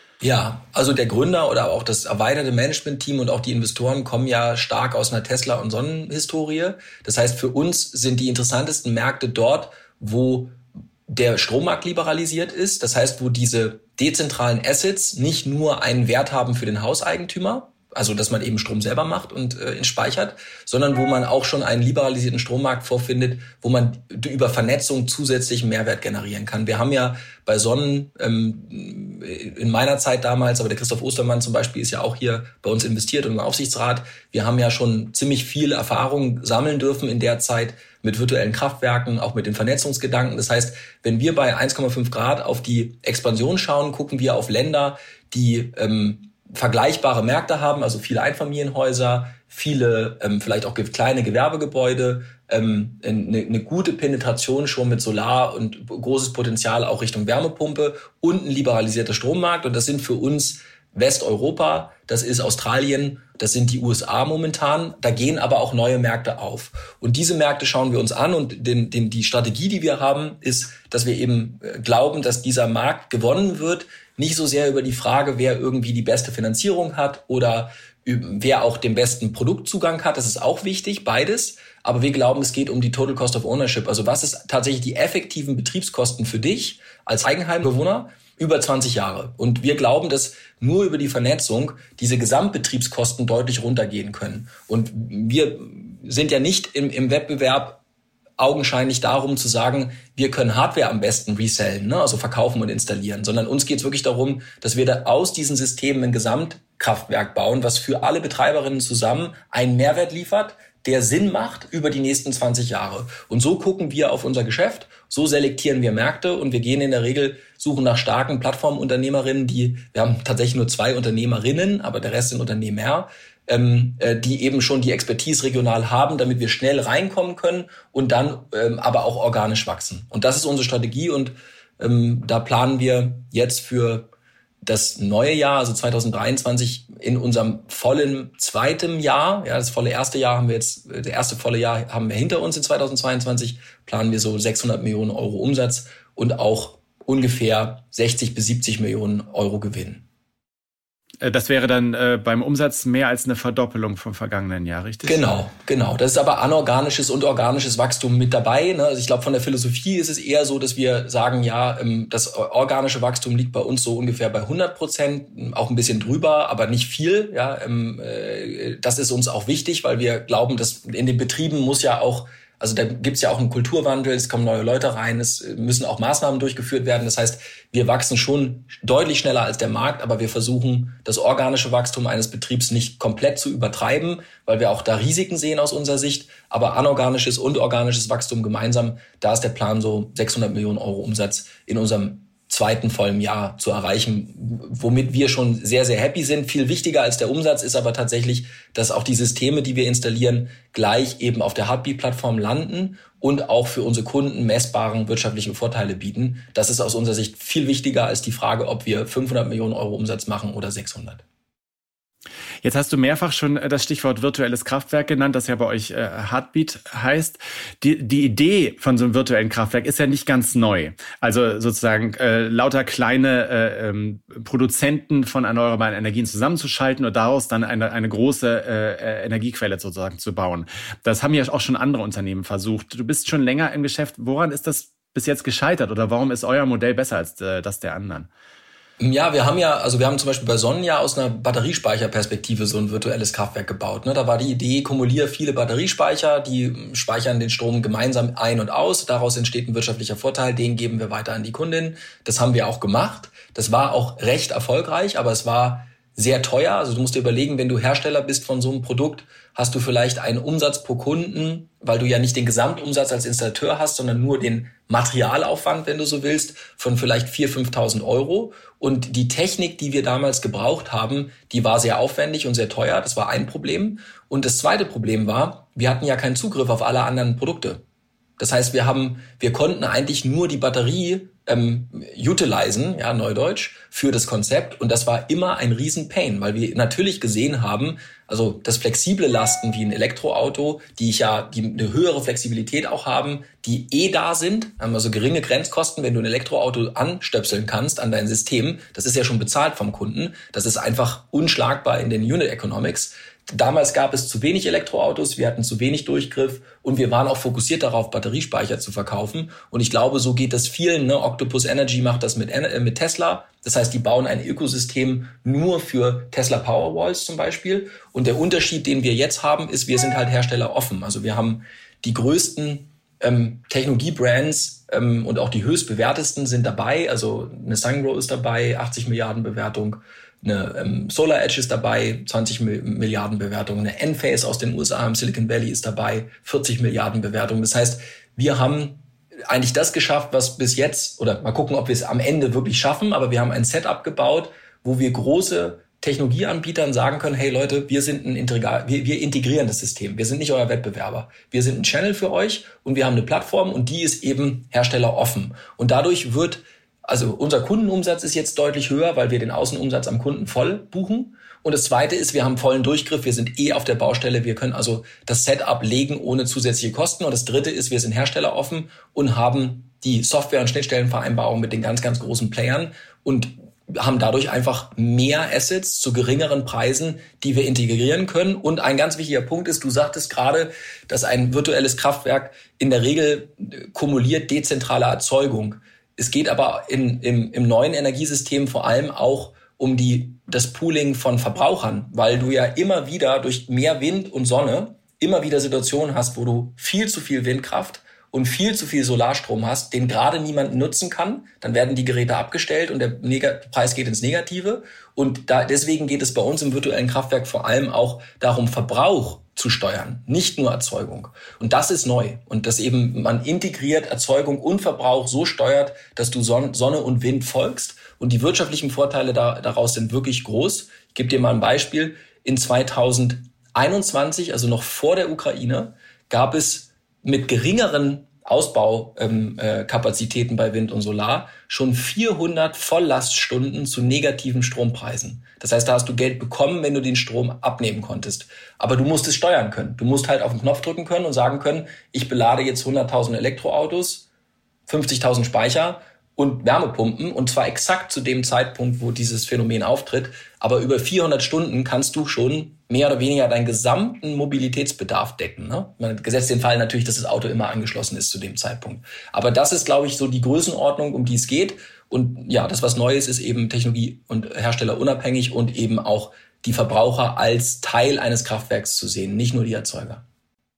Ja, also der Gründer oder auch das erweiterte Managementteam und auch die Investoren kommen ja stark aus einer Tesla- und Sonnenhistorie. Das heißt, für uns sind die interessantesten Märkte dort, wo der Strommarkt liberalisiert ist. Das heißt, wo diese dezentralen Assets nicht nur einen Wert haben für den Hauseigentümer, also dass man eben Strom selber macht und äh, ihn speichert, sondern wo man auch schon einen liberalisierten Strommarkt vorfindet, wo man über Vernetzung zusätzlichen Mehrwert generieren kann. Wir haben ja bei Sonnen ähm, in meiner Zeit damals, aber der Christoph Ostermann zum Beispiel ist ja auch hier bei uns investiert und im Aufsichtsrat. Wir haben ja schon ziemlich viel Erfahrung sammeln dürfen in der Zeit mit virtuellen Kraftwerken, auch mit den Vernetzungsgedanken. Das heißt, wenn wir bei eins Komma fünf Grad auf die Expansion schauen, gucken wir auf Länder, die ähm, vergleichbare Märkte haben, also viele Einfamilienhäuser, viele ähm, vielleicht auch kleine Gewerbegebäude, ähm, eine, eine gute Penetration schon mit Solar und großes Potenzial auch Richtung Wärmepumpe und ein liberalisierter Strommarkt. Und das sind für uns Westeuropa, das ist Australien, das sind die U S A momentan. Da gehen aber auch neue Märkte auf. Und diese Märkte schauen wir uns an und den, den, die Strategie, die wir haben, ist, dass wir eben glauben, dass dieser Markt gewonnen wird, nicht so sehr über die Frage, wer irgendwie die beste Finanzierung hat oder wer auch den besten Produktzugang hat. Das ist auch wichtig, beides. Aber wir glauben, es geht um die Total Cost of Ownership. Also was ist tatsächlich die effektiven Betriebskosten für dich als Eigenheimbewohner über zwanzig Jahre? Und wir glauben, dass nur über die Vernetzung diese Gesamtbetriebskosten deutlich runtergehen können. Und wir sind ja nicht im, im Wettbewerb augenscheinlich darum zu sagen, wir können Hardware am besten resellen, ne? Also verkaufen und installieren, sondern uns geht es wirklich darum, dass wir da aus diesen Systemen ein Gesamtkraftwerk bauen, was für alle Betreiberinnen zusammen einen Mehrwert liefert, der Sinn macht über die nächsten zwanzig Jahre. Und so gucken wir auf unser Geschäft, so selektieren wir Märkte und wir gehen in der Regel, suchen nach starken Plattformunternehmerinnen, die, wir haben tatsächlich nur zwei Unternehmerinnen, aber der Rest sind Unternehmer, ähm, die eben schon die Expertise regional haben, damit wir schnell reinkommen können und dann ähm, aber auch organisch wachsen. Und das ist unsere Strategie und ähm, da planen wir jetzt für das neue Jahr, also zwanzig dreiundzwanzig, in unserem vollen zweiten Jahr, ja, das volle erste Jahr haben wir jetzt, das erste volle Jahr haben wir hinter uns in zweitausendzweiundzwanzig, planen wir so sechshundert Millionen Euro Umsatz und auch ungefähr sechzig bis siebzig Millionen Euro Gewinn. Das wäre dann äh, beim Umsatz mehr als eine Verdoppelung vom vergangenen Jahr, richtig? Genau, genau. Das ist aber anorganisches und organisches Wachstum mit dabei. Ne? Also ich glaube, von der Philosophie ist es eher so, dass wir sagen, ja, ähm, das organische Wachstum liegt bei uns so ungefähr bei hundert Prozent, auch ein bisschen drüber, aber nicht viel. Ja, ähm, äh, das ist uns auch wichtig, weil wir glauben, dass in den Betrieben muss ja auch Also da gibt's ja auch einen Kulturwandel, es kommen neue Leute rein, es müssen auch Maßnahmen durchgeführt werden. Das heißt, wir wachsen schon deutlich schneller als der Markt, aber wir versuchen, das organische Wachstum eines Betriebs nicht komplett zu übertreiben, weil wir auch da Risiken sehen aus unserer Sicht. Aber anorganisches und organisches Wachstum gemeinsam, da ist der Plan, so sechshundert Millionen Euro Umsatz in unserem zweiten vollen Jahr zu erreichen, womit wir schon sehr, sehr happy sind. Viel wichtiger als der Umsatz ist aber tatsächlich, dass auch die Systeme, die wir installieren, gleich eben auf der Heartbeat-Plattform landen und auch für unsere Kunden messbaren wirtschaftliche Vorteile bieten. Das ist aus unserer Sicht viel wichtiger als die Frage, ob wir fünfhundert Millionen Euro Umsatz machen oder sechshundert. Jetzt hast du mehrfach schon das Stichwort virtuelles Kraftwerk genannt, das ja bei euch äh, Heartbeat heißt. Die, die Idee von so einem virtuellen Kraftwerk ist ja nicht ganz neu. Also sozusagen äh, lauter kleine äh, ähm, Produzenten von erneuerbaren Energien zusammenzuschalten und daraus dann eine, eine große äh, Energiequelle sozusagen zu bauen. Das haben ja auch schon andere Unternehmen versucht. Du bist schon länger im Geschäft. Woran ist das bis jetzt gescheitert oder warum ist euer Modell besser als äh, das der anderen? Ja, wir haben ja, also wir haben zum Beispiel bei Sonnen ja aus einer Batteriespeicherperspektive so ein virtuelles Kraftwerk gebaut. Ne? Da war die Idee, kumuliere viele Batteriespeicher, die speichern den Strom gemeinsam ein und aus. Daraus entsteht ein wirtschaftlicher Vorteil, den geben wir weiter an die Kundin. Das haben wir auch gemacht. Das war auch recht erfolgreich, aber es war sehr teuer. Also du musst dir überlegen, wenn du Hersteller bist von so einem Produkt, hast du vielleicht einen Umsatz pro Kunden, weil du ja nicht den Gesamtumsatz als Installateur hast, sondern nur den Materialaufwand, wenn du so willst, von vielleicht viertausend, fünftausend Euro. Und die Technik, die wir damals gebraucht haben, die war sehr aufwendig und sehr teuer. Das war ein Problem. Und das zweite Problem war, wir hatten ja keinen Zugriff auf alle anderen Produkte. Das heißt, wir haben, wir konnten eigentlich nur die Batterie ähm, utilisen, ja, Neudeutsch, für das Konzept. Und das war immer ein Riesen-Pain, weil wir natürlich gesehen haben, also das flexible Lasten wie ein Elektroauto, die ich ja, die eine höhere Flexibilität auch haben, die eh da sind, haben also geringe Grenzkosten, wenn du ein Elektroauto anstöpseln kannst an dein System. Das ist ja schon bezahlt vom Kunden. Das ist einfach unschlagbar in den Unit Economics. Damals gab es zu wenig Elektroautos, wir hatten zu wenig Durchgriff und wir waren auch fokussiert darauf, Batteriespeicher zu verkaufen. Und ich glaube, so geht das vielen. Ne? Octopus Energy macht das mit, äh, mit Tesla. Das heißt, die bauen ein Ökosystem nur für Tesla Powerwalls zum Beispiel. Und der Unterschied, den wir jetzt haben, ist, wir sind halt Hersteller offen. Also wir haben die größten ähm, Technologiebrands ähm, und auch die höchst bewertesten sind dabei. Also eine Sungrow ist dabei, achtzig Milliarden Bewertung. Eine ähm, Solar Edge ist dabei, zwanzig Milliarden Bewertung. Eine Enphase aus den U S A im Silicon Valley ist dabei, vierzig Milliarden Bewertung. Das heißt, wir haben eigentlich das geschafft, was bis jetzt, oder mal gucken, ob wir es am Ende wirklich schaffen, aber wir haben ein Setup gebaut, wo wir große Technologieanbietern sagen können, hey Leute, wir sind ein Integral, wir, wir integrieren das System. Wir sind nicht euer Wettbewerber. Wir sind ein Channel für euch und wir haben eine Plattform und die ist eben herstelleroffen. Und dadurch wird Also unser Kundenumsatz ist jetzt deutlich höher, weil wir den Außenumsatz am Kunden voll buchen. Und das Zweite ist, wir haben vollen Durchgriff, wir sind eh auf der Baustelle, wir können also das Setup legen ohne zusätzliche Kosten. Und das Dritte ist, wir sind herstelleroffen und haben die Software- und Schnittstellenvereinbarung mit den ganz, ganz großen Playern und haben dadurch einfach mehr Assets zu geringeren Preisen, die wir integrieren können. Und ein ganz wichtiger Punkt ist, du sagtest gerade, dass ein virtuelles Kraftwerk in der Regel kumuliert dezentrale Erzeugung. Es geht aber in, im, im neuen Energiesystem vor allem auch um die, das Pooling von Verbrauchern, weil du ja immer wieder durch mehr Wind und Sonne immer wieder Situationen hast, wo du viel zu viel Windkraft und viel zu viel Solarstrom hast, den gerade niemand nutzen kann. Dann werden die Geräte abgestellt und der Neg- Preis geht ins Negative. Und da, deswegen geht es bei uns im virtuellen Kraftwerk vor allem auch darum, Verbrauch zu steuern, nicht nur Erzeugung. Und das ist neu. Und dass eben man integriert Erzeugung und Verbrauch so steuert, dass du Son- Sonne und Wind folgst. Und die wirtschaftlichen Vorteile da, daraus sind wirklich groß. Ich gebe dir mal ein Beispiel. In zweitausendeinundzwanzig, also noch vor der Ukraine, gab es mit geringeren Ausbaukapazitäten ähm, äh, bei Wind und Solar schon vierhundert Volllaststunden zu negativen Strompreisen. Das heißt, da hast du Geld bekommen, wenn du den Strom abnehmen konntest. Aber du musst es steuern können. Du musst halt auf den Knopf drücken können und sagen können, ich belade jetzt hunderttausend Elektroautos, fünfzigtausend Speicher und Wärmepumpen, und zwar exakt zu dem Zeitpunkt, wo dieses Phänomen auftritt. Aber über vierhundert Stunden kannst du schon mehr oder weniger deinen gesamten Mobilitätsbedarf decken. Ne? Man gesetzt den Fall natürlich, dass das Auto immer angeschlossen ist zu dem Zeitpunkt. Aber das ist, glaube ich, so die Größenordnung, um die es geht. Und ja, das, was Neues ist, eben Technologie- und Hersteller unabhängig und eben auch die Verbraucher als Teil eines Kraftwerks zu sehen, nicht nur die Erzeuger.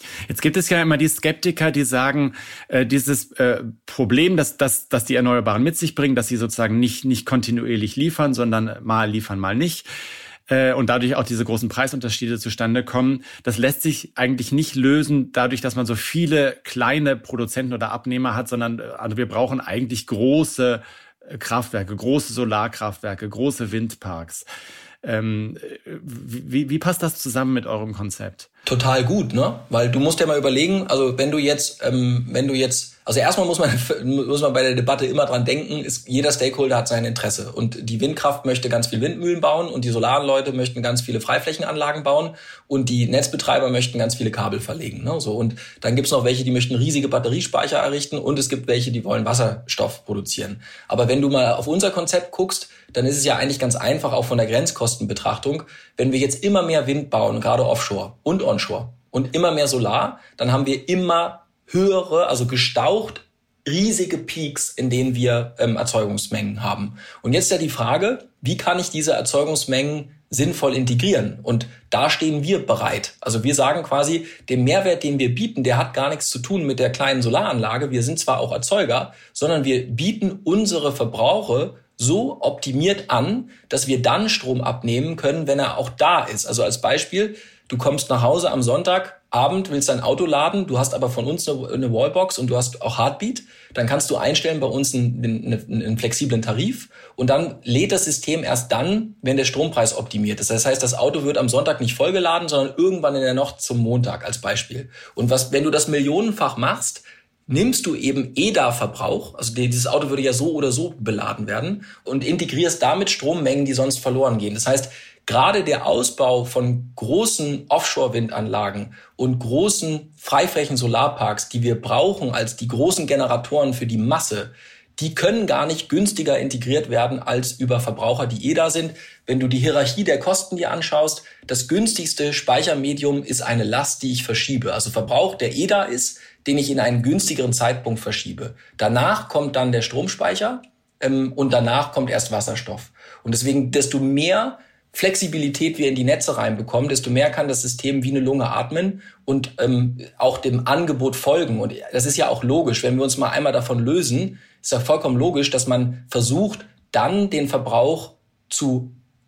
Jetzt gibt es ja immer die Skeptiker, die sagen, äh, dieses äh, Problem, dass, dass, dass die Erneuerbaren mit sich bringen, dass sie sozusagen nicht, nicht kontinuierlich liefern, sondern mal liefern, mal nicht, äh, und dadurch auch diese großen Preisunterschiede zustande kommen, das lässt sich eigentlich nicht lösen dadurch, dass man so viele kleine Produzenten oder Abnehmer hat, sondern also wir brauchen eigentlich große Kraftwerke, große Solarkraftwerke, große Windparks. Ähm, wie, wie passt das zusammen mit eurem Konzept? Total gut, ne? Weil du musst ja mal überlegen, also wenn du jetzt, ähm, wenn du jetzt, also erstmal muss man muss man bei der Debatte immer dran denken, ist, jeder Stakeholder hat sein Interesse und die Windkraft möchte ganz viel Windmühlen bauen und die Solarleute möchten ganz viele Freiflächenanlagen bauen und die Netzbetreiber möchten ganz viele Kabel verlegen, ne? So, und dann gibt's noch welche, die möchten riesige Batteriespeicher errichten und es gibt welche, die wollen Wasserstoff produzieren. Aber wenn du mal auf unser Konzept guckst, dann ist es ja eigentlich ganz einfach, auch von der Grenzkostenbetrachtung. Wenn wir jetzt immer mehr Wind bauen, gerade offshore und onshore und immer mehr Solar, dann haben wir immer höhere, also gestaucht, riesige Peaks, in denen wir ähm, Erzeugungsmengen haben. Und jetzt ist ja die Frage, wie kann ich diese Erzeugungsmengen sinnvoll integrieren? Und da stehen wir bereit. Also wir sagen quasi, der Mehrwert, den wir bieten, der hat gar nichts zu tun mit der kleinen Solaranlage. Wir sind zwar auch Erzeuger, sondern wir bieten unsere Verbraucher so optimiert an, dass wir dann Strom abnehmen können, wenn er auch da ist. Also als Beispiel, du kommst nach Hause am Sonntagabend, willst dein Auto laden, du hast aber von uns eine, eine Wallbox und du hast auch Heartbeat, dann kannst du einstellen bei uns einen, einen, einen flexiblen Tarif und dann lädt das System erst dann, wenn der Strompreis optimiert ist. Das heißt, das Auto wird am Sonntag nicht vollgeladen, sondern irgendwann in der Nacht zum Montag als Beispiel. Und was, wenn du das millionenfach machst, nimmst du eben E D A-Verbrauch, also dieses Auto würde ja so oder so beladen werden, und integrierst damit Strommengen, die sonst verloren gehen. Das heißt, gerade der Ausbau von großen Offshore-Windanlagen und großen Freiflächen-Solarparks, die wir brauchen als die großen Generatoren für die Masse, die können gar nicht günstiger integriert werden als über Verbraucher, die eh da sind. Wenn du die Hierarchie der Kosten dir anschaust, das günstigste Speichermedium ist eine Last, die ich verschiebe. Also Verbrauch, der eh da ist, den ich in einen günstigeren Zeitpunkt verschiebe. Danach kommt dann der Stromspeicher ähm, und danach kommt erst Wasserstoff. Und deswegen, desto mehr Flexibilität wir in die Netze reinbekommen, desto mehr kann das System wie eine Lunge atmen und ähm, auch dem Angebot folgen. Und das ist ja auch logisch, wenn wir uns mal einmal davon lösen, ist ja vollkommen logisch, dass man versucht, dann den Verbrauch zu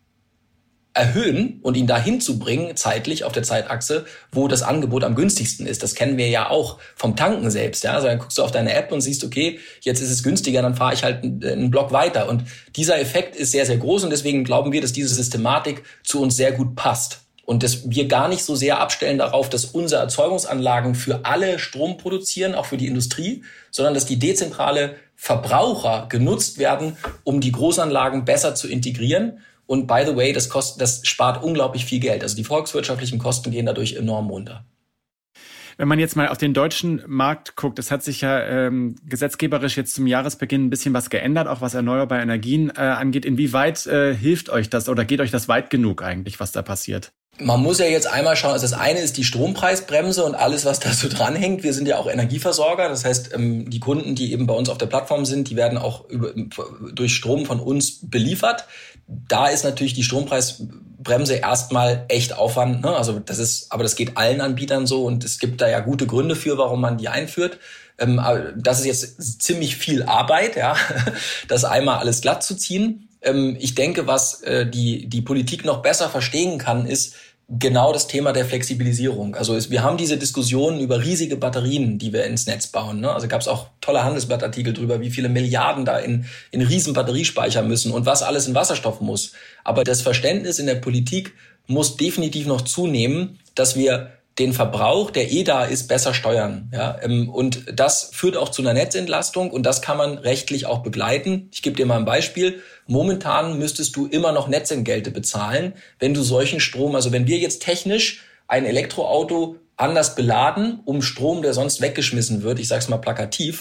erhöhen und ihn dahin zu bringen, zeitlich auf der Zeitachse, wo das Angebot am günstigsten ist. Das kennen wir ja auch vom Tanken selbst. Ja? Also dann guckst du auf deine App und siehst, okay, jetzt ist es günstiger, dann fahre ich halt einen Block weiter. Und dieser Effekt ist sehr, sehr groß und deswegen glauben wir, dass diese Systematik zu uns sehr gut passt. Und dass wir gar nicht so sehr abstellen darauf, dass unsere Erzeugungsanlagen für alle Strom produzieren, auch für die Industrie, sondern dass die dezentrale Verbraucher genutzt werden, um die Großanlagen besser zu integrieren. Und by the way, das kostet, das spart unglaublich viel Geld. Also die volkswirtschaftlichen Kosten gehen dadurch enorm runter. Wenn man jetzt mal auf den deutschen Markt guckt, es hat sich ja ähm, gesetzgeberisch jetzt zum Jahresbeginn ein bisschen was geändert, auch was erneuerbare Energien äh, angeht. Inwieweit äh, hilft euch das oder geht euch das weit genug eigentlich, was da passiert? Man muss ja jetzt einmal schauen, also das eine ist die Strompreisbremse und alles, was da so dranhängt. Wir sind ja auch Energieversorger, das heißt, die Kunden, die eben bei uns auf der Plattform sind, die werden auch über, durch Strom von uns beliefert. Da ist natürlich die Strompreisbremse erstmal echt Aufwand, ne? Also das ist, aber das geht allen Anbietern so und es gibt da ja gute Gründe für, warum man die einführt. Aber das ist jetzt ziemlich viel Arbeit, ja, das einmal alles glatt zu ziehen. Ich denke, was die die Politik noch besser verstehen kann, ist genau das Thema der Flexibilisierung. Also wir haben diese Diskussionen über riesige Batterien, die wir ins Netz bauen. Ne? Also gab es auch tolle Handelsblattartikel drüber, wie viele Milliarden da in in riesen Batteriespeicher müssen und was alles in Wasserstoff muss. Aber das Verständnis in der Politik muss definitiv noch zunehmen, dass wir den Verbrauch, der eh da ist, besser steuern. Ja, und das führt auch zu einer Netzentlastung und das kann man rechtlich auch begleiten. Ich gebe dir mal ein Beispiel. Momentan müsstest du immer noch Netzentgelte bezahlen, wenn du solchen Strom, also wenn wir jetzt technisch ein Elektroauto anders beladen, um Strom, der sonst weggeschmissen wird, ich sage es mal plakativ,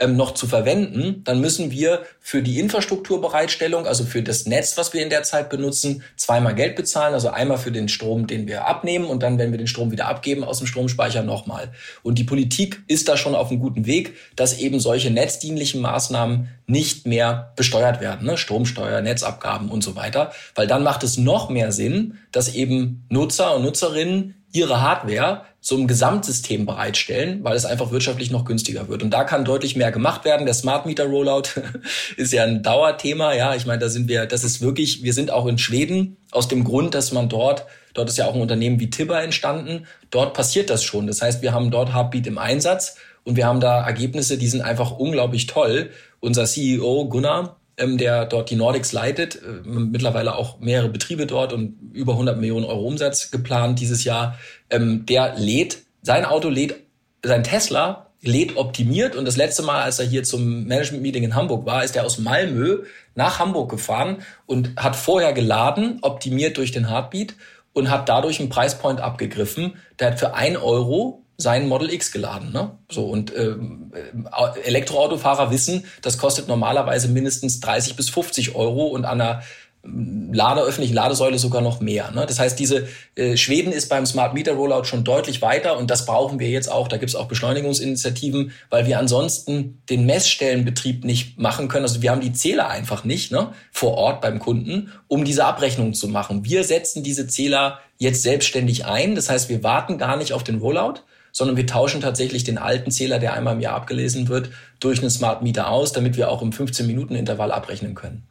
ähm, noch zu verwenden, dann müssen wir für die Infrastrukturbereitstellung, also für das Netz, was wir in der Zeit benutzen, zweimal Geld bezahlen. Also einmal für den Strom, den wir abnehmen und dann, wenn wir den Strom wieder abgeben aus dem Stromspeicher, nochmal. Und die Politik ist da schon auf einem guten Weg, dass eben solche netzdienlichen Maßnahmen nicht mehr besteuert werden, ne? Stromsteuer, Netzabgaben und so weiter. Weil dann macht es noch mehr Sinn, dass eben Nutzer und Nutzerinnen ihre Hardware zum Gesamtsystem bereitstellen, weil es einfach wirtschaftlich noch günstiger wird. Und da kann deutlich mehr gemacht werden. Der Smart Meter Rollout ist ja ein Dauerthema. Ja, ich meine, da sind wir, das ist wirklich, wir sind auch in Schweden aus dem Grund, dass man dort, dort ist ja auch ein Unternehmen wie Tibber entstanden. Dort passiert das schon. Das heißt, wir haben dort Heartbeat im Einsatz und wir haben da Ergebnisse, die sind einfach unglaublich toll. Unser C E O Gunnar, der dort die Nordics leitet, mittlerweile auch mehrere Betriebe dort und über hundert Millionen Euro Umsatz geplant dieses Jahr, der lädt, sein Auto lädt, sein Tesla lädt optimiert und das letzte Mal, als er hier zum Management-Meeting in Hamburg war, ist er aus Malmö nach Hamburg gefahren und hat vorher geladen, optimiert durch den Heartbeat und hat dadurch einen Preispoint abgegriffen. Der hat für ein Euro sein Model X geladen, ne? So, und äh, Elektroautofahrer wissen, das kostet normalerweise mindestens dreißig bis fünfzig Euro und an einer Lade, öffentlichen Ladesäule sogar noch mehr, ne? Das heißt, diese äh, Schweden ist beim Smart Meter Rollout schon deutlich weiter und das brauchen wir jetzt auch. Da gibt es auch Beschleunigungsinitiativen, weil wir ansonsten den Messstellenbetrieb nicht machen können. Also wir haben die Zähler einfach nicht, ne, vor Ort beim Kunden, um diese Abrechnung zu machen. Wir setzen diese Zähler jetzt selbstständig ein. Das heißt, wir warten gar nicht auf den Rollout, sondern wir tauschen tatsächlich den alten Zähler, der einmal im Jahr abgelesen wird, durch einen Smart Meter aus, damit wir auch im fünfzehn-Minuten-Intervall abrechnen können.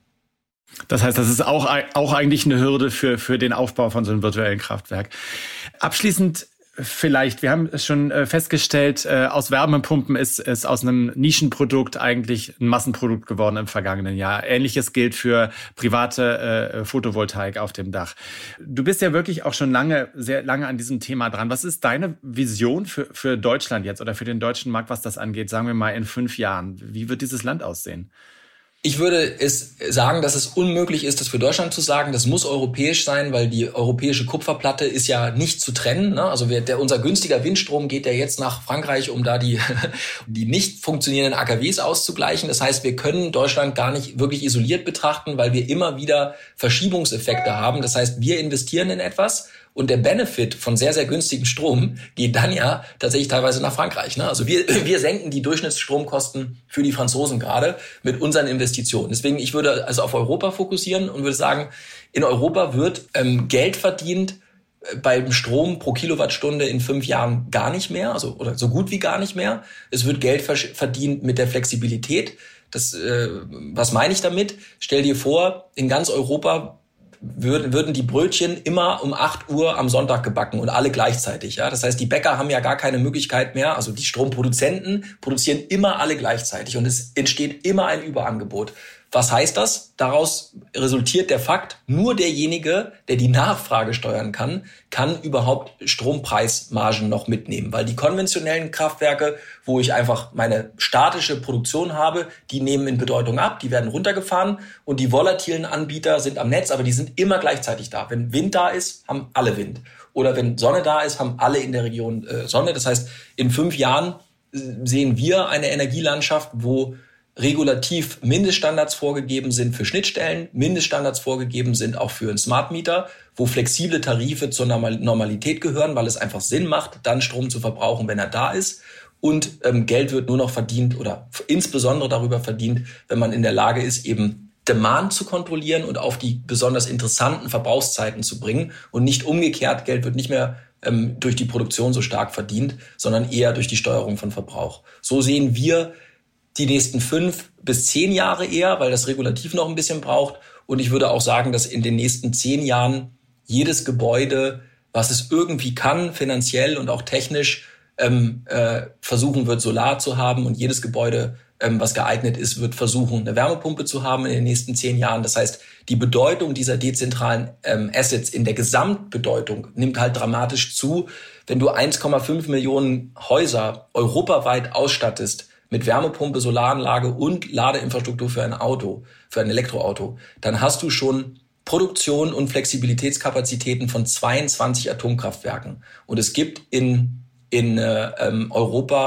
Das heißt, das ist auch, auch eigentlich eine Hürde für, für den Aufbau von so einem virtuellen Kraftwerk. Abschließend vielleicht, wir haben es schon festgestellt, aus Wärmepumpen ist es aus einem Nischenprodukt eigentlich ein Massenprodukt geworden im vergangenen Jahr. Ähnliches gilt für private äh, Photovoltaik auf dem Dach. Du bist ja wirklich auch schon lange, sehr lange an diesem Thema dran. Was ist deine Vision für, für Deutschland jetzt oder für den deutschen Markt, was das angeht? Sagen wir mal in fünf Jahren. Wie wird dieses Land aussehen? Ich würde es sagen, dass es unmöglich ist, das für Deutschland zu sagen. Das muss europäisch sein, weil die europäische Kupferplatte ist ja nicht zu trennen, ne? Also wir, der, unser günstiger Windstrom geht ja jetzt nach Frankreich, um da die, die nicht funktionierenden A K Ws auszugleichen. Das heißt, wir können Deutschland gar nicht wirklich isoliert betrachten, weil wir immer wieder Verschiebungseffekte haben. Das heißt, wir investieren in etwas und der Benefit von sehr, sehr günstigem Strom geht dann ja tatsächlich teilweise nach Frankreich, ne? Also wir, wir senken die Durchschnittsstromkosten für die Franzosen gerade mit unseren Investitionen. Deswegen, ich würde also auf Europa fokussieren und würde sagen, in Europa wird ähm, Geld verdient beim Strom pro Kilowattstunde in fünf Jahren gar nicht mehr, also oder so gut wie gar nicht mehr. Es wird Geld verdient mit der Flexibilität. Das, äh, was meine ich damit? Stell dir vor, in ganz Europa würden, würden die Brötchen immer um acht Uhr am Sonntag gebacken und alle gleichzeitig. Ja, das heißt, die Bäcker haben ja gar keine Möglichkeit mehr. Also die Stromproduzenten produzieren immer alle gleichzeitig und es entsteht immer ein Überangebot. Was heißt das? Daraus resultiert der Fakt, nur derjenige, der die Nachfrage steuern kann, kann überhaupt Strompreismargen noch mitnehmen. Weil die konventionellen Kraftwerke, wo ich einfach meine statische Produktion habe, die nehmen in Bedeutung ab, die werden runtergefahren und die volatilen Anbieter sind am Netz, aber die sind immer gleichzeitig da. Wenn Wind da ist, haben alle Wind. Oder wenn Sonne da ist, haben alle in der Region äh, Sonne. Das heißt, in fünf Jahren sehen wir eine Energielandschaft, wo regulativ Mindeststandards vorgegeben sind für Schnittstellen, Mindeststandards vorgegeben sind auch für einen Smart Meter, wo flexible Tarife zur Normalität gehören, weil es einfach Sinn macht, dann Strom zu verbrauchen, wenn er da ist. Und ähm, Geld wird nur noch verdient oder insbesondere darüber verdient, wenn man in der Lage ist, eben Demand zu kontrollieren und auf die besonders interessanten Verbrauchszeiten zu bringen und nicht umgekehrt. Geld wird nicht mehr ähm, durch die Produktion so stark verdient, sondern eher durch die Steuerung von Verbrauch. So sehen wir die nächsten fünf bis zehn Jahre eher, weil das regulativ noch ein bisschen braucht. Und ich würde auch sagen, dass in den nächsten zehn Jahren jedes Gebäude, was es irgendwie kann, finanziell und auch technisch, ähm, äh, versuchen wird, Solar zu haben. Und jedes Gebäude, ähm, was geeignet ist, wird versuchen, eine Wärmepumpe zu haben in den nächsten zehn Jahren. Das heißt, die Bedeutung dieser dezentralen ähm, Assets in der Gesamtbedeutung nimmt halt dramatisch zu. Wenn du eins Komma fünf Millionen Häuser europaweit ausstattest, mit Wärmepumpe, Solaranlage und Ladeinfrastruktur für ein Auto, für ein Elektroauto, dann hast du schon Produktion und Flexibilitätskapazitäten von zweiundzwanzig Atomkraftwerken. Und es gibt in, in äh, Europa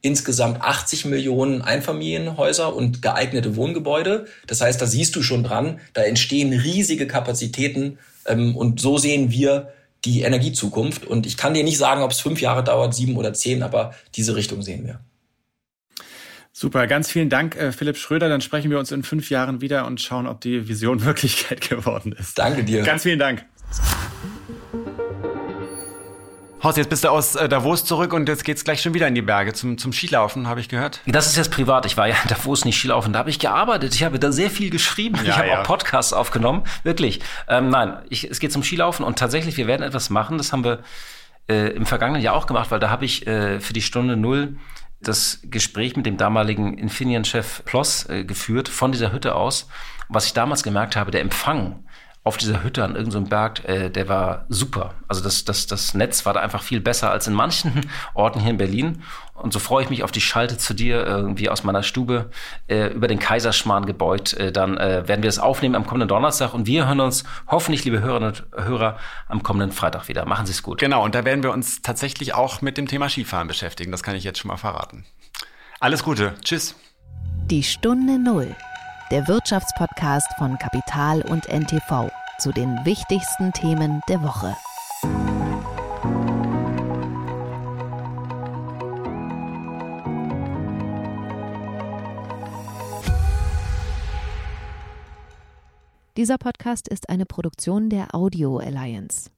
insgesamt achtzig Millionen Einfamilienhäuser und geeignete Wohngebäude. Das heißt, da siehst du schon dran, da entstehen riesige Kapazitäten ähm, und so sehen wir die Energiezukunft. Und ich kann dir nicht sagen, ob es fünf Jahre dauert, sieben oder zehn, aber diese Richtung sehen wir. Super, ganz vielen Dank, äh, Philipp Schröder. Dann sprechen wir uns in fünf Jahren wieder und schauen, ob die Vision Wirklichkeit geworden ist. Danke dir. Ganz vielen Dank. Horst, jetzt bist du aus äh, Davos zurück und jetzt geht's gleich schon wieder in die Berge zum, zum Skilaufen, habe ich gehört. Das ist jetzt privat. Ich war ja in Davos nicht Skilaufen. Da habe ich gearbeitet. Ich habe da sehr viel geschrieben. Ja, ich habe ja. auch Podcasts aufgenommen. Wirklich. Ähm, nein, ich, es geht zum Skilaufen und tatsächlich, wir werden etwas machen. Das haben wir äh, im vergangenen Jahr auch gemacht, weil da habe ich äh, für die Stunde Null das Gespräch mit dem damaligen Infineon-Chef Ploss äh, geführt, von dieser Hütte aus. Was ich damals gemerkt habe, der Empfang auf dieser Hütte an irgendeinem so Berg, äh, der war super. Also das, das, das Netz war da einfach viel besser als in manchen Orten hier in Berlin. Und so freue ich mich auf die Schalte zu dir, irgendwie aus meiner Stube, äh, über den Kaiserschmarrn gebeugt. Äh, dann äh, werden wir das aufnehmen am kommenden Donnerstag und wir hören uns hoffentlich, liebe Hörerinnen und Hörer, am kommenden Freitag wieder. Machen Sie es gut. Genau, und da werden wir uns tatsächlich auch mit dem Thema Skifahren beschäftigen. Das kann ich jetzt schon mal verraten. Alles Gute. Tschüss. Die Stunde Null, der Wirtschaftspodcast von Kapital und N T V zu den wichtigsten Themen der Woche. Dieser Podcast ist eine Produktion der Audio Alliance.